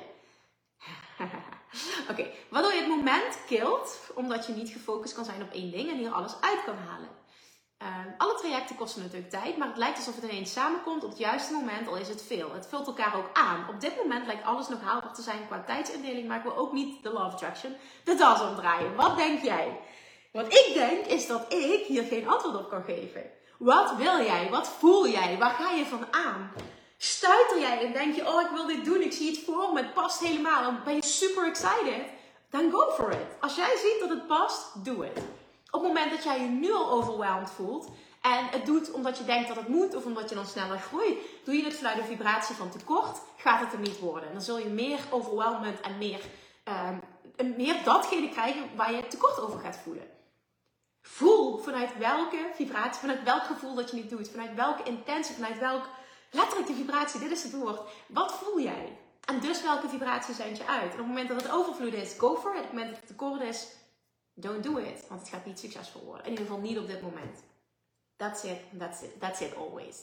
Oké, okay, waardoor je het moment kilt, omdat je niet gefocust kan zijn op één ding en hier alles uit kan halen. Um, alle trajecten kosten natuurlijk tijd, maar het lijkt alsof het ineens samenkomt op het juiste moment, al is het veel. Het vult elkaar ook aan. Op dit moment lijkt alles nog haalbaar te zijn qua tijdsindeling, maar ik wil ook niet de Love Attraction de das omdraaien. Wat denk jij? Wat ik denk is dat ik hier geen antwoord op kan geven. Wat wil jij? Wat voel jij? Waar ga je van aan? Stuiter jij en denk je, oh ik wil dit doen, ik zie het voor me, het past helemaal. Dan ben je super excited. Dan go for it. Als jij ziet dat het past, doe het. Op het moment dat jij je nu al overwhelmed voelt en het doet omdat je denkt dat het moet of omdat je dan sneller groeit, doe je het vanuit de vibratie van tekort, gaat het er niet worden. En dan zul je meer overwhelmend en meer, um, meer datgene krijgen waar je tekort over gaat voelen. Voel vanuit welke vibratie, vanuit welk gevoel dat je het doet, vanuit welke intentie, vanuit welk, letterlijk de vibratie, dit is het woord. Wat voel jij? En dus welke vibratie zend je uit? En op het moment dat het overvloed is, go for it. Op het moment dat het tekort is, don't do it. Want het gaat niet succesvol worden. In ieder geval niet op dit moment. That's it, that's it, that's it always.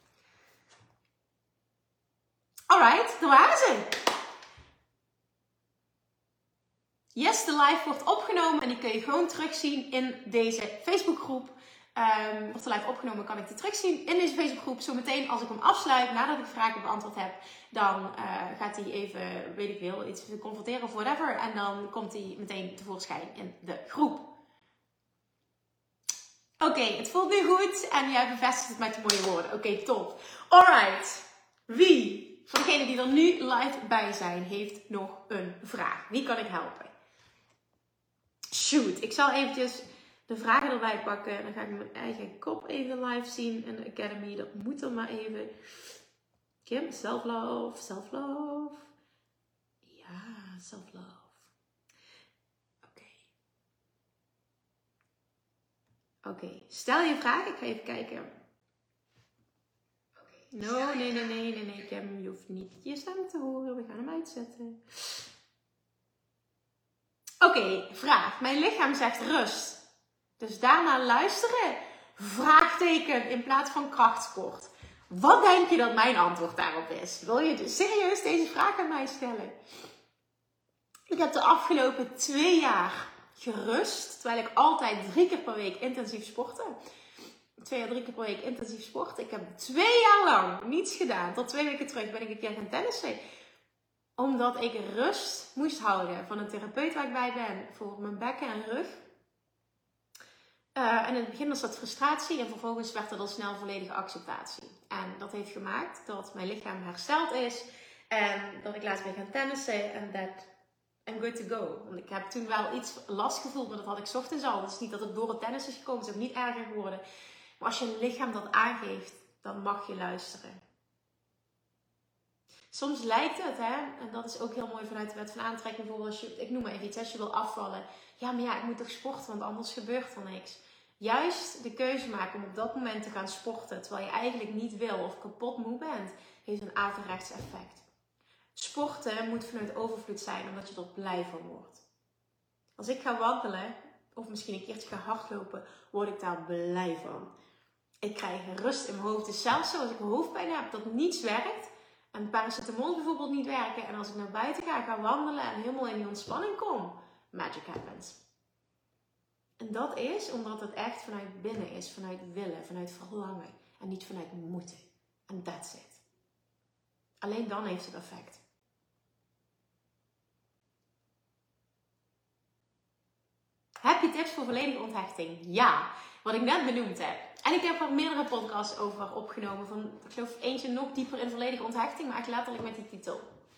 Alright, daar waren ze. Yes, de live wordt opgenomen en die kun je gewoon terugzien in deze Facebookgroep. Um, wordt de live opgenomen, kan ik die terugzien in deze Facebookgroep. Zometeen als ik hem afsluit, nadat ik vragen beantwoord heb, dan uh, gaat hij even, weet ik veel, iets confronteren of whatever. En dan komt hij meteen tevoorschijn in de groep. Oké, okay, het voelt nu goed en jij bevestigt het met de mooie woorden. Oké, okay, top. Alright. Wie, van degenen die er nu live bij zijn, heeft nog een vraag? Wie kan ik helpen? Shoot, ik zal eventjes de vragen erbij pakken. Dan ga ik mijn eigen kop even live zien in de Academy. Dat moet er maar even. Kim, self-love, self-love. Ja, self-love. Oké. Okay. Oké, okay. Stel je vraag. Ik ga even kijken. Okay. No, nee, nee, nee, nee, nee, Kim. Je hoeft niet je stem te horen. We gaan hem uitzetten. Oké, okay, vraag. Mijn lichaam zegt rust. Dus daarna luisteren. Vraagteken in plaats van krachtsport. Wat denk je dat mijn antwoord daarop is? Wil je dus serieus deze vraag aan mij stellen? Ik heb de afgelopen twee jaar gerust. Terwijl ik altijd drie keer per week intensief sportte. Twee jaar, drie keer per week intensief sporten. Ik heb twee jaar lang niets gedaan. Tot twee weken terug ben ik een keer gaan tennissen. Omdat ik rust moest houden van een therapeut waar ik bij ben. Voor mijn bekken en rug. Uh, en in het begin was dat frustratie. En vervolgens werd dat al snel volledige acceptatie. En dat heeft gemaakt dat mijn lichaam hersteld is. En dat ik laatst ben gaan tennissen. En dat I'm good to go. Want ik heb toen wel iets last gevoeld. Maar dat had ik 's ochtends al. Het is niet dat het door het tennis is gekomen. Het is ook niet erger geworden. Maar als je lichaam dat aangeeft, dan mag je luisteren. Soms lijkt het, hè, en dat is ook heel mooi vanuit de wet van aantrekking, bijvoorbeeld als je, ik noem maar even iets, als je wil afvallen. Ja, maar ja, ik moet toch sporten, want anders gebeurt er niks. Juist de keuze maken om op dat moment te gaan sporten, terwijl je eigenlijk niet wil of kapot moe bent, heeft een averechts effect. Sporten moet vanuit overvloed zijn, omdat je er blij van wordt. Als ik ga wandelen, of misschien een keertje ga hardlopen, word ik daar blij van. Ik krijg rust in mijn hoofd. Dus zelfs zo, als ik hoofdpijn heb, dat niets werkt, en paracetamol bijvoorbeeld niet werken, en als ik naar buiten ga, ga wandelen en helemaal in die ontspanning kom, magic happens. En dat is omdat het echt vanuit binnen is, vanuit willen, vanuit verlangen en niet vanuit moeten. En that's it. Alleen dan heeft het effect. Heb je tips voor volledige onthechting? Ja, wat ik net benoemd heb. En ik heb er meerdere podcasts over opgenomen. Van, ik geloof eentje nog dieper in volledige onthechting, maar echt letterlijk met die titel.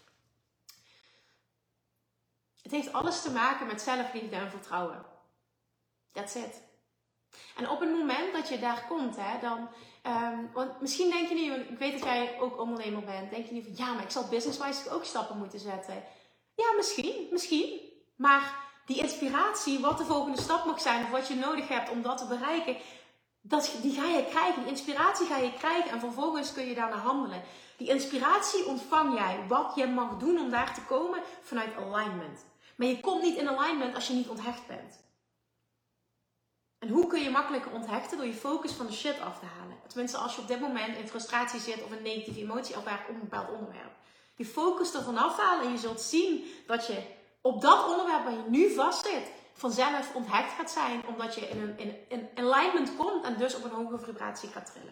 Het heeft alles te maken met zelfliefde en vertrouwen. That's it. En op het moment dat je daar komt, hè, dan... Um, want misschien denk je nu, ik weet dat jij ook ondernemer bent, denk je nu van, ja, maar ik zal business-wise ook stappen moeten zetten. Ja, misschien, misschien. Maar die inspiratie, wat de volgende stap mag zijn, of wat je nodig hebt om dat te bereiken, dat, die ga je krijgen. Die inspiratie ga je krijgen en vervolgens kun je daarna handelen. Die inspiratie ontvang jij, wat je mag doen om daar te komen, vanuit alignment. Maar je komt niet in alignment als je niet onthecht bent. En hoe kun je makkelijker onthechten? Door je focus van de shit af te halen. Tenminste, als je op dit moment in frustratie zit of een negatieve emotie ervaart op een bepaald onderwerp. Je focus ervan afhalen en je zult zien dat je op dat onderwerp waar je nu vast zit, vanzelf onthecht gaat zijn. Omdat je in een in, in alignment komt en dus op een hogere vibratie gaat trillen.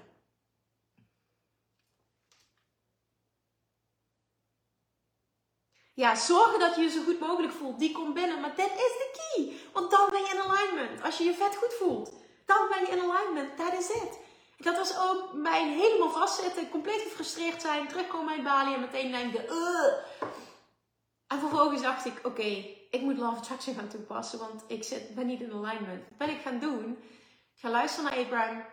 Ja, zorgen dat je je zo goed mogelijk voelt. Die komt binnen, maar dit is de key. Want dan ben je in alignment. Als je je vet goed voelt, dan ben je in alignment. Dat is het. Dat was ook bij helemaal vastzitten, compleet gefrustreerd zijn, terugkomen uit Bali en meteen denken, Ugh. En vervolgens dacht ik, oké, okay, ik moet Law of Attraction gaan toepassen, want ik zit, ben niet in alignment. Wat ben ik gaan doen? Ik ga luisteren naar Abraham,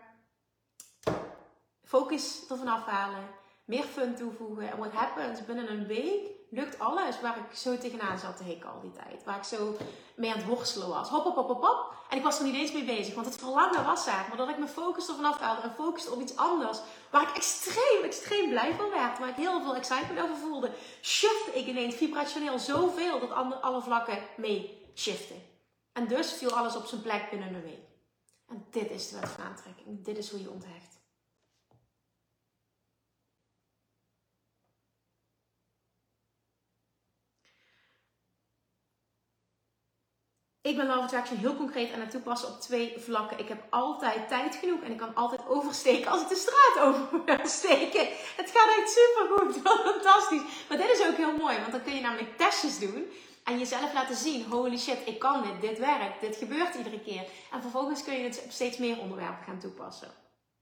focus ervan afhalen, meer fun toevoegen. En what happens? Binnen een week lukt alles waar ik zo tegenaan zat te hikken al die tijd. Waar ik zo mee aan het worstelen was. Hop, hop, hop, hop, hop. En ik was er niet eens mee bezig. Want het verlangen was daar. Maar dat ik me focus ervan afhaalde en focuste op iets anders. Waar ik extreem, extreem blij van werd. Waar ik heel veel excitement over voelde. Shifte ik ineens vibrationeel zoveel dat andere, alle vlakken mee shiften. En dus viel alles op zijn plek binnen een week. En dit is de wet van aantrekking. Dit is hoe je onthecht. Ik ben Law of Attraction heel concreet aan het toepassen op twee vlakken. Ik heb altijd tijd genoeg en ik kan altijd oversteken als ik de straat over wil steken. Het gaat echt super goed, wat fantastisch. Maar dit is ook heel mooi, want dan kun je namelijk testjes doen en jezelf laten zien, holy shit, ik kan dit, dit werkt, dit gebeurt iedere keer. En vervolgens kun je het op steeds meer onderwerpen gaan toepassen.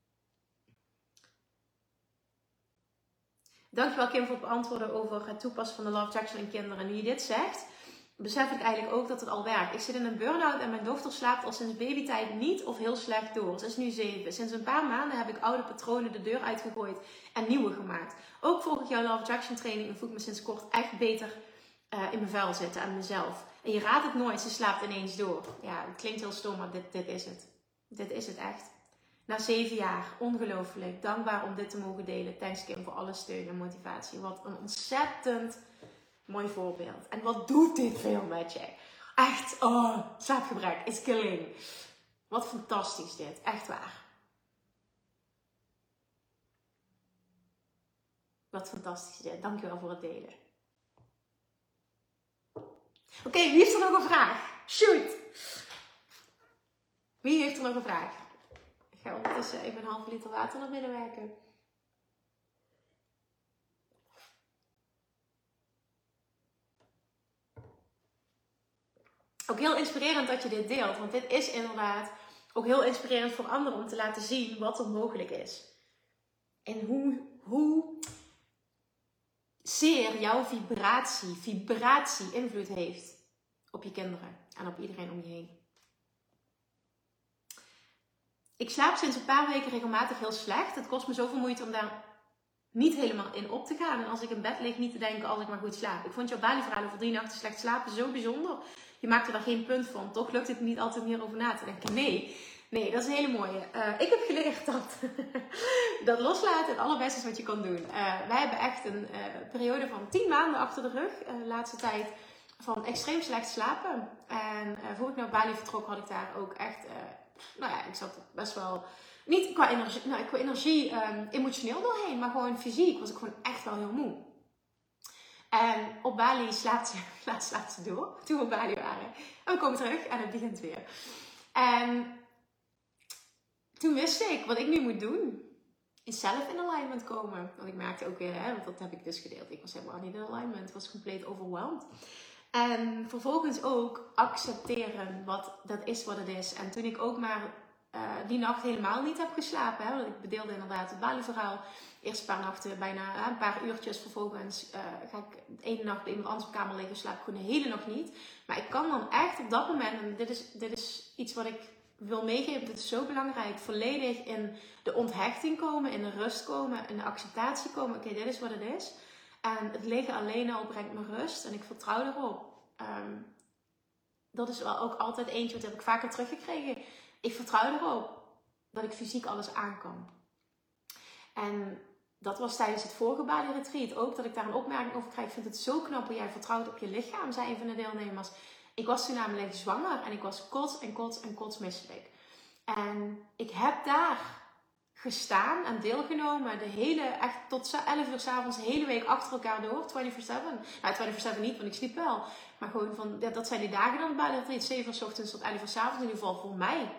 Dankjewel Kim voor het beantwoorden over het toepassen van de Law of Attraction in kinderen. Nu je dit zegt, besef ik eigenlijk ook dat het al werkt. Ik zit in een burn-out en mijn dochter slaapt al sinds babytijd niet of heel slecht door. Ze is nu zeven. Sinds een paar maanden heb ik oude patronen de deur uitgegooid en nieuwe gemaakt. Ook volg ik jouw Law of Attraction training en voel ik me sinds kort echt beter uh, in mijn vel zitten aan mezelf. En je raadt het nooit, ze slaapt ineens door. Ja, het klinkt heel stom, maar dit, dit is het. Dit is het echt. Na zeven jaar, ongelooflijk. Dankbaar om dit te mogen delen. Thanks Kim voor alle steun en motivatie. Wat een ontzettend mooi voorbeeld. En wat doet dit veel met je? Echt, oh, slaapgebrek is killing. Wat fantastisch dit, echt waar. Wat fantastisch dit, dankjewel voor het delen. Oké, okay, wie heeft er nog een vraag? Shoot! Wie heeft er nog een vraag? Ik ga ondertussen even een halve liter water naar binnen werken. Ook heel inspirerend dat je dit deelt. Want dit is inderdaad ook heel inspirerend voor anderen om te laten zien wat er mogelijk is. En hoe, hoe zeer jouw vibratie, vibratie invloed heeft op je kinderen en op iedereen om je heen. Ik slaap sinds een paar weken regelmatig heel slecht. Het kost me zoveel moeite om daar niet helemaal in op te gaan. En als ik in bed lig niet te denken als ik maar goed slaap. Ik vond jouw Bali-verhaal over drie nachten slecht slapen zo bijzonder. Je maakt er daar geen punt van. Toch lukt het niet altijd meer over na te denken. Nee, nee, dat is een hele mooie. Uh, ik heb geleerd dat dat loslaten het allerbeste is wat je kan doen. Uh, wij hebben echt een uh, periode van tien maanden achter de rug. Uh, de laatste tijd van extreem slecht slapen. En uh, voor ik naar Bali vertrok had ik daar ook echt... Uh, nou ja, ik zat best wel... Niet qua energie, nou, qua energie um, emotioneel doorheen. Maar gewoon fysiek was ik gewoon echt wel heel moe. En op Bali slaapt ze, slaapt ze door. Toen we op Bali waren. En we komen terug en het begint weer. En... Toen wist ik, wat ik nu moet doen, is zelf in alignment komen. Want ik merkte ook weer, hè, want dat heb ik dus gedeeld. Ik was helemaal niet in alignment. Ik was compleet overwhelmed. En vervolgens ook accepteren wat dat is wat het is. En toen ik ook maar uh, die nacht helemaal niet heb geslapen. Hè, want ik bedeelde inderdaad het Bali-verhaal. Eerst een paar nachten, bijna hè, een paar uurtjes. Vervolgens uh, ga ik de ene nacht bij iemand anders op kamer liggen. Slaap ik gewoon de hele nacht niet. Maar ik kan dan echt op dat moment, en dit is, dit is iets wat ik... wil meegeven, dit is zo belangrijk, volledig in de onthechting komen, in de rust komen, in de acceptatie komen. Oké, okay, dit is wat het is. En het liggen alleen al brengt me rust en ik vertrouw erop. Um, dat is wel ook altijd eentje, wat heb ik vaker teruggekregen. Ik vertrouw erop dat ik fysiek alles aan kan. En dat was tijdens het vorige Bali Retreat ook, dat ik daar een opmerking over krijg. Ik vind het zo knap hoe jij vertrouwt op je lichaam, zei een van de deelnemers. Ik was toen namelijk zwanger en ik was kots en kots en kots misselijk. En ik heb daar gestaan en deelgenomen de hele, echt tot elf uur 's avonds, de hele week achter elkaar door, vierentwintig zeven. Nou, vierentwintig zeven niet, want ik sliep wel. Maar gewoon van, ja, dat zijn die dagen dan bij dat zeven uur 's ochtends tot elf uur 's avonds, in ieder geval voor mij.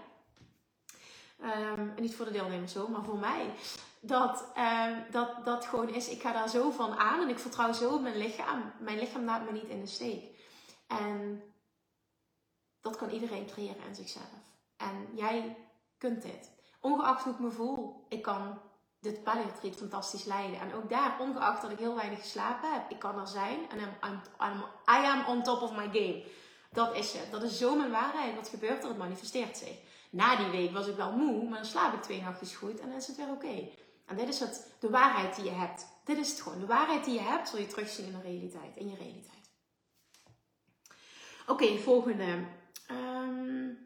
Um, en niet voor de deelnemers zo, maar voor mij. Dat, um, dat, dat gewoon is, ik ga daar zo van aan en ik vertrouw zo op mijn lichaam. Mijn lichaam laat me niet in de steek. En dat kan iedereen creëren aan zichzelf. En jij kunt dit. Ongeacht hoe ik me voel, ik kan dit Bali Retreat fantastisch leiden. En ook daar, ongeacht dat ik heel weinig geslapen heb, ik kan er zijn. En I'm, I'm, I'm, I am on top of my game. Dat is het. Dat is zo mijn waarheid. Wat gebeurt er? Het manifesteert zich. Na die week was ik wel moe, maar dan slaap ik twee nachtjes goed en dan is het weer oké. Okay. En dit is het, de waarheid die je hebt. Dit is het gewoon. De waarheid die je hebt, zul je terugzien in de realiteit. In je realiteit. Oké, okay, volgende. Um,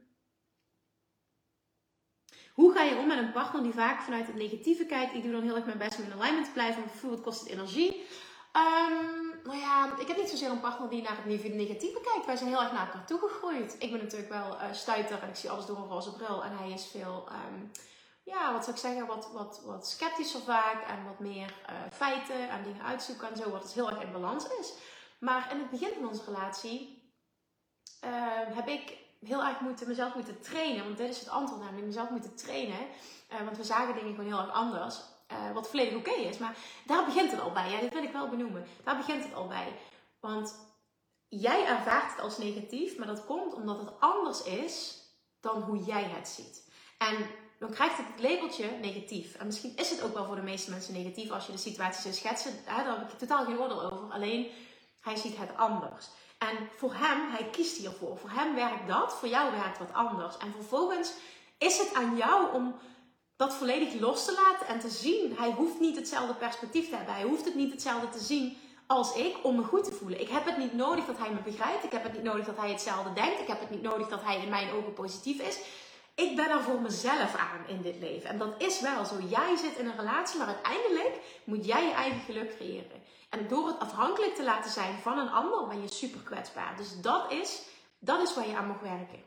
hoe ga je om met een partner die vaak vanuit het negatieve kijkt? Ik doe dan heel erg mijn best om in alignment te blijven, maar voel het kost het energie. Um, nou ja, ik heb niet zozeer een partner die naar het negatieve kijkt. Wij zijn heel erg naar elkaar toegegroeid. Ik ben natuurlijk wel uh, stuiter en ik zie alles door een roze bril. En hij is veel, um, ja, wat zou ik zeggen, wat, wat, wat sceptischer vaak. En wat meer uh, feiten en dingen uitzoeken en zo. Wat dus heel erg in balans is. Maar in het begin van onze relatie uh, heb ik heel erg moeten, mezelf moeten trainen. Want dit is het antwoord namelijk, mezelf moeten trainen. Uh, want we zagen dingen gewoon heel erg anders. Uh, wat volledig oké okay is. Maar daar begint het al bij. Ja, dit wil ik wel benoemen. Daar begint het al bij. Want jij ervaart het als negatief. Maar dat komt omdat het anders is dan hoe jij het ziet. En dan krijgt het het labeltje negatief. En misschien is het ook wel voor de meeste mensen negatief. Als je de situatie zou schetsen. Hè, daar heb ik totaal geen oordeel over. Alleen, hij ziet het anders. En voor hem, hij kiest hiervoor. Voor hem werkt dat. Voor jou werkt wat anders. En vervolgens is het aan jou om dat volledig los te laten en te zien. Hij hoeft niet hetzelfde perspectief te hebben. Hij hoeft het niet hetzelfde te zien als ik om me goed te voelen. Ik heb het niet nodig dat hij me begrijpt. Ik heb het niet nodig dat hij hetzelfde denkt. Ik heb het niet nodig dat hij in mijn ogen positief is. Ik ben er voor mezelf aan in dit leven. En dat is wel zo. Jij zit in een relatie, maar uiteindelijk moet jij je eigen geluk creëren. En door het afhankelijk te laten zijn van een ander, ben je super kwetsbaar. Dus dat is, dat is waar je aan mag werken.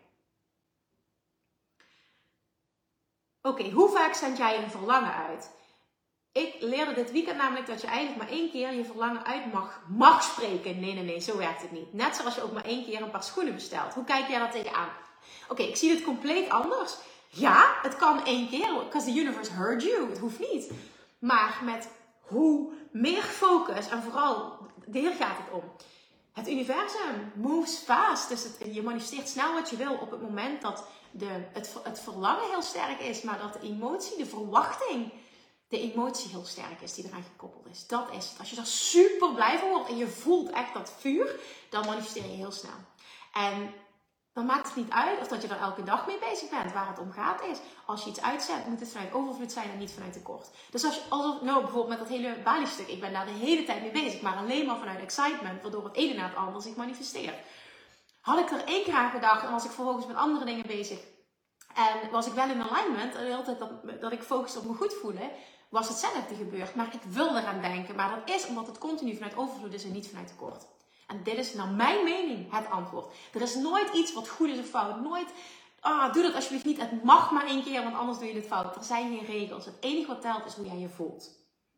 Oké, okay, hoe vaak zend jij een verlangen uit? Ik leerde dit weekend namelijk dat je eigenlijk maar één keer je verlangen uit mag, mag spreken. Nee, nee, nee, zo werkt het niet. Net zoals je ook maar één keer een paar schoenen bestelt. Hoe kijk jij daar tegenaan? Oké, okay, ik zie dit compleet anders. Ja, het kan één keer, because the universe heard you. Het hoeft niet. Maar met hoe meer focus en vooral, hier gaat het om. Het universum moves fast. Dus het, je manifesteert snel wat je wil op het moment dat de, het, het verlangen heel sterk is. Maar dat de emotie, de verwachting, de emotie heel sterk is die eraan gekoppeld is. Dat is het. Als je er super blij van wordt en je voelt echt dat vuur, dan manifesteer je heel snel. En dan maakt het niet uit of dat je er elke dag mee bezig bent. Waar het om gaat is, als je iets uitzet, moet het vanuit overvloed zijn en niet vanuit tekort. Dus als je, als, nou bijvoorbeeld met dat hele Bali-stuk, ik ben daar de hele tijd mee bezig, maar alleen maar vanuit excitement, waardoor het ene na het andere zich manifesteert. Had ik er één keer aan gedacht en was ik vervolgens met andere dingen bezig. En was ik wel in alignment, en de hele tijd dat, dat ik focuste op me goed voelen, was hetzelfde gebeurd. Maar ik wil eraan denken. Maar dat is omdat het continu vanuit overvloed is en niet vanuit tekort. En dit is naar mijn mening het antwoord. Er is nooit iets wat goed is of fout. Nooit, ah, doe dat alsjeblieft niet. Het mag maar één keer, want anders doe je het fout. Er zijn geen regels. Het enige wat telt is hoe jij je voelt.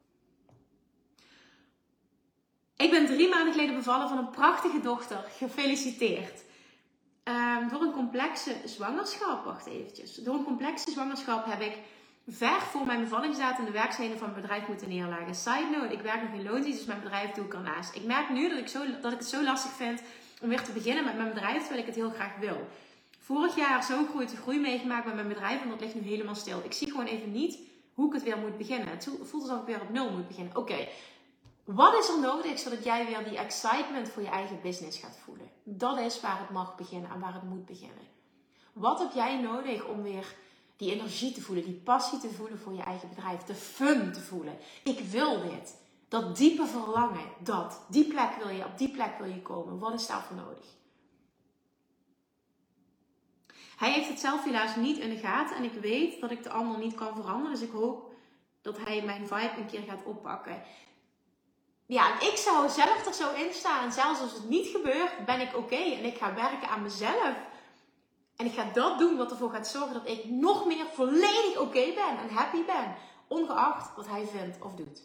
Ik ben drie maanden geleden bevallen van een prachtige dochter. Gefeliciteerd. Um, door een complexe zwangerschap, wacht eventjes. Door een complexe zwangerschap heb ik ver voor mijn bevallingsdatum de werkzaamheden van mijn bedrijf moeten neerleggen. Side note, ik werk nog in loondienst, dus mijn bedrijf doe ik ernaast. Ik merk nu dat ik, zo, dat ik het zo lastig vind om weer te beginnen met mijn bedrijf, terwijl ik het heel graag wil. Vorig jaar zo'n grote groei meegemaakt met mijn bedrijf en dat ligt nu helemaal stil. Ik zie gewoon even niet hoe ik het weer moet beginnen. Het voelt alsof ik weer op nul moet beginnen. Oké, okay. Wat is er nodig zodat jij weer die excitement voor je eigen business gaat voelen? Dat is waar het mag beginnen en waar het moet beginnen. Wat heb jij nodig om weer die energie te voelen, die passie te voelen voor je eigen bedrijf, de fun te voelen? Ik wil dit. Dat diepe verlangen, dat. Die plek wil je, op die plek wil je komen. Wat is daarvoor nodig? Hij heeft het zelf helaas niet in de gaten en ik weet dat ik de ander niet kan veranderen. Dus ik hoop dat hij mijn vibe een keer gaat oppakken. Ja, ik zou zelf er zo in staan. En zelfs als het niet gebeurt, ben ik oké. Okay. En ik ga werken aan mezelf. En ik ga dat doen wat ervoor gaat zorgen dat ik nog meer volledig oké okay ben en happy ben. Ongeacht wat hij vindt of doet.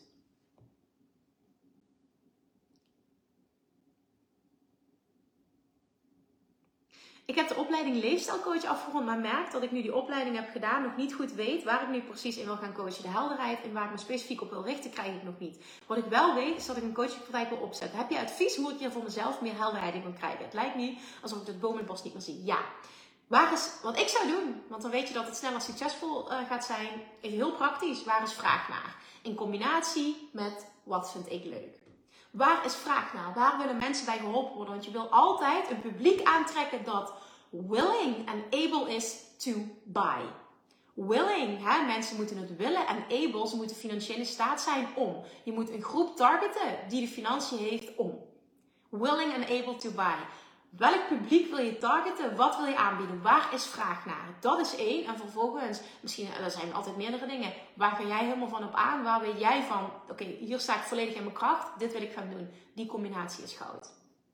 Ik heb de opleiding leefstijlcoach afgerond, maar merk dat ik nu die opleiding heb gedaan nog niet goed weet waar ik nu precies in wil gaan coachen. De helderheid en waar ik me specifiek op wil richten, krijg ik nog niet. Wat ik wel weet, is dat ik een coachingpraktijk wil opzetten. Heb je advies hoe ik hier voor mezelf meer helderheid in kan krijgen? Het lijkt nu alsof ik het boom in het bos niet meer zie. Ja. Waar is, wat ik zou doen, want dan weet je dat het sneller succesvol uh, gaat zijn, is heel praktisch. Waar is vraag naar? In combinatie met wat vind ik leuk? Waar is vraag naar? Waar willen mensen bij geholpen worden? Want je wil altijd een publiek aantrekken dat willing en able is to buy. Willing, hè? Mensen moeten het willen en able, ze moeten financieel in staat zijn om. Je moet een groep targeten die de financiën heeft om. Willing and able to buy. Welk publiek wil je targeten? Wat wil je aanbieden? Waar is vraag naar? Dat is één. En vervolgens, misschien, er zijn altijd meerdere dingen. Waar ga jij helemaal van op aan? Waar weet jij van, oké, okay, hier sta ik volledig in mijn kracht. Dit wil ik gaan doen. Die combinatie is goud.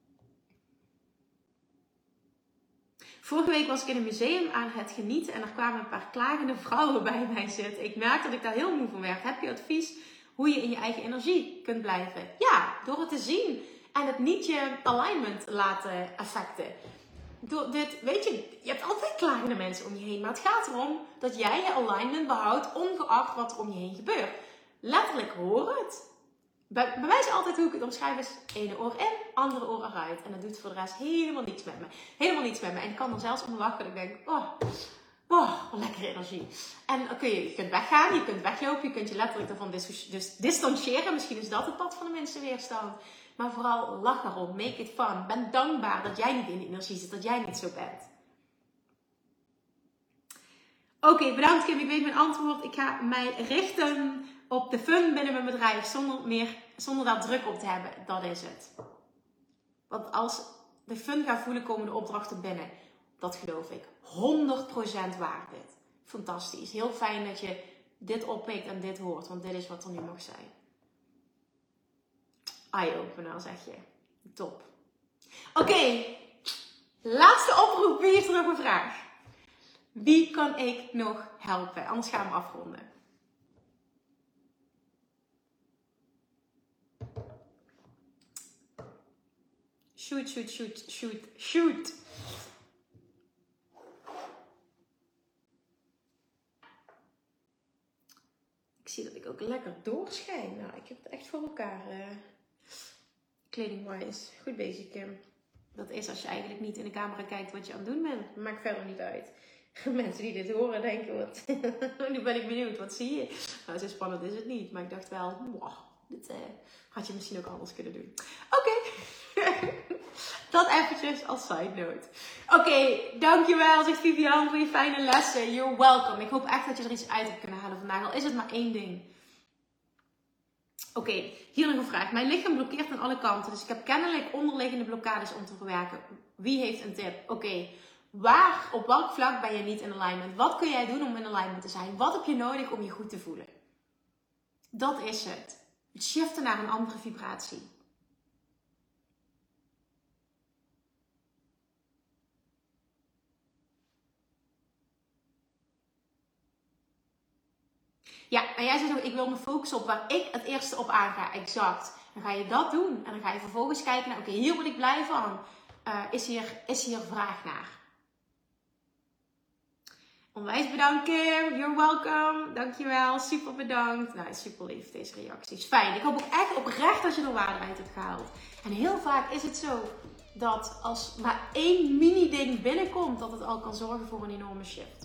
Vorige week was ik in een museum aan het genieten. En er kwamen een paar klagende vrouwen bij mij zitten. Ik merk dat ik daar heel moe van werd. Heb je advies hoe je in je eigen energie kunt blijven? Ja, door het te zien. En het niet je alignment laten affecten. Door dit, weet je, je hebt altijd klagende mensen om je heen. Maar het gaat erom dat jij je alignment behoudt, ongeacht wat er om je heen gebeurt. Letterlijk hoor het. Bij, bij mij is altijd hoe ik het omschrijf is ene oor in, andere oor eruit. En dat doet voor de rest helemaal niets met me. Helemaal niets met me. En ik kan er zelfs om lachen. Dat ik denk, oh, oh, wat lekkere energie. En oké, okay, je kunt weggaan, je kunt weglopen, je kunt je letterlijk ervan dis- dus distancieren. Misschien is dat het pad van de minste weerstand. Maar vooral lach erom, make it fun. Ben dankbaar dat jij niet in de energie zit, dat jij niet zo bent. Oké, okay, bedankt Kim, ik weet mijn antwoord. Ik ga mij richten op de fun binnen mijn bedrijf zonder, meer, zonder daar druk op te hebben. Dat is het. Want als de fun gaat voelen, komen de opdrachten binnen. Dat geloof ik. honderd procent waar dit. Fantastisch. Heel fijn dat je dit oppikt en dit hoort, want dit is wat er nu mag zijn. Eye-opener, zeg je. Top. Oké. Okay. Laatste oproep. Wie heeft er nog een vraag? Wie kan ik nog helpen? Anders gaan we afronden. Shoot, shoot, shoot, shoot, shoot. Ik zie dat ik ook lekker doorschijn. Nou, ik heb het echt voor elkaar. Uh, Kleding-wise. Goed bezig, Kim. Dat is als je eigenlijk niet in de camera kijkt wat je aan het doen bent. Maakt verder niet uit. Mensen die dit horen denken, wat... nu ben ik benieuwd, wat zie je? Nou, zo spannend is het niet. Maar ik dacht wel, wow, dit uh, had je misschien ook anders kunnen doen. Oké. Okay. Dat eventjes als side note. Oké, okay, dankjewel, zegt Vivian, voor je fijne lessen. You're welcome. Ik hoop echt dat je er iets uit hebt kunnen halen vandaag. Al is het maar één ding. Oké, okay, hier nog een vraag. Mijn lichaam blokkeert aan alle kanten. Dus ik heb kennelijk onderliggende blokkades om te verwerken. Wie heeft een tip? Oké, okay. Waar, op welk vlak ben je niet in alignment? Wat kun jij doen om in alignment te zijn? Wat heb je nodig om je goed te voelen? Dat is het. Het shiften naar een andere vibratie. Ja, en jij zegt ook, ik wil me focussen op waar ik het eerste op aanga. Exact. Dan ga je dat doen. En dan ga je vervolgens kijken naar, oké, okay, hier word ik blij van. Uh, is, hier, is hier vraag naar? Onwijs bedankt, Kim. You're welcome. Dankjewel. Super bedankt. Nou, super lief, deze reacties. Fijn. Ik hoop ook echt oprecht dat je er waarde uit hebt gehaald. En heel vaak is het zo dat als maar één mini-ding binnenkomt, dat het al kan zorgen voor een enorme shift.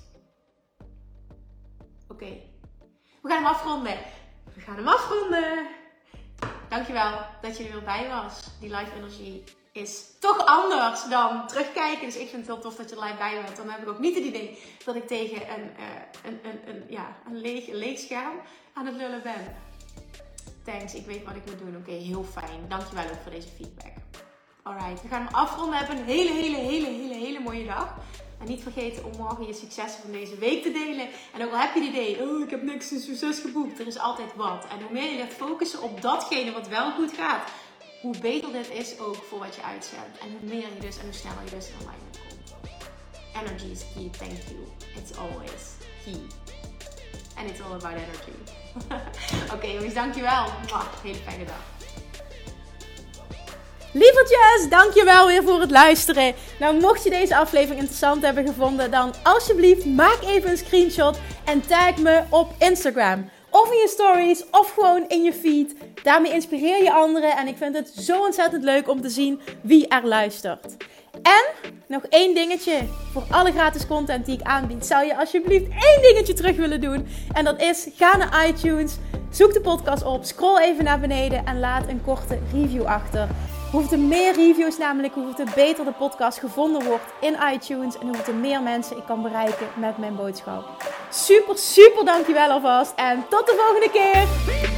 Oké. Okay. We gaan hem afronden. We gaan hem afronden. Dankjewel dat je er weer bij was. Die live energie is toch anders dan terugkijken. Dus ik vind het heel tof dat je er live bij bent. Dan heb ik ook niet het idee dat ik tegen een, uh, een, een, een, ja, een, leeg, een leeg scherm aan het lullen ben. Thanks, ik weet wat ik moet doen. Oké, okay, heel fijn. Dankjewel ook voor deze feedback. Alright, we gaan hem afronden. Heb een hele, hele, hele, hele, hele mooie dag. En niet vergeten om morgen je successen van deze week te delen. En ook al heb je het idee, oh, ik heb niks in succes geboekt. Er is altijd wat. En hoe meer je gaat focussen op datgene wat wel goed gaat, hoe beter dit is ook voor wat je uitzendt. En hoe meer je dus en hoe sneller je dus in alignment komt. Energy is key, thank you. It's always key. And it's all about energy. Oké okay, jongens, dankjewel. Mwah, hele fijne dag. Lievertjes, dankjewel weer voor het luisteren. Nou, mocht je deze aflevering interessant hebben gevonden, dan alsjeblieft maak even een screenshot en tag me op Instagram. Of in je stories, of gewoon in je feed. Daarmee inspireer je anderen en ik vind het zo ontzettend leuk om te zien wie er luistert. En nog één dingetje voor alle gratis content die ik aanbied. Zou je alsjeblieft één dingetje terug willen doen? En dat is, ga naar iTunes, zoek de podcast op, scroll even naar beneden en laat een korte review achter. Hoeveel meer reviews namelijk, hoeveel beter de podcast gevonden wordt in iTunes. En hoeveel meer mensen ik kan bereiken met mijn boodschap. Super, super dankjewel alvast. En tot de volgende keer.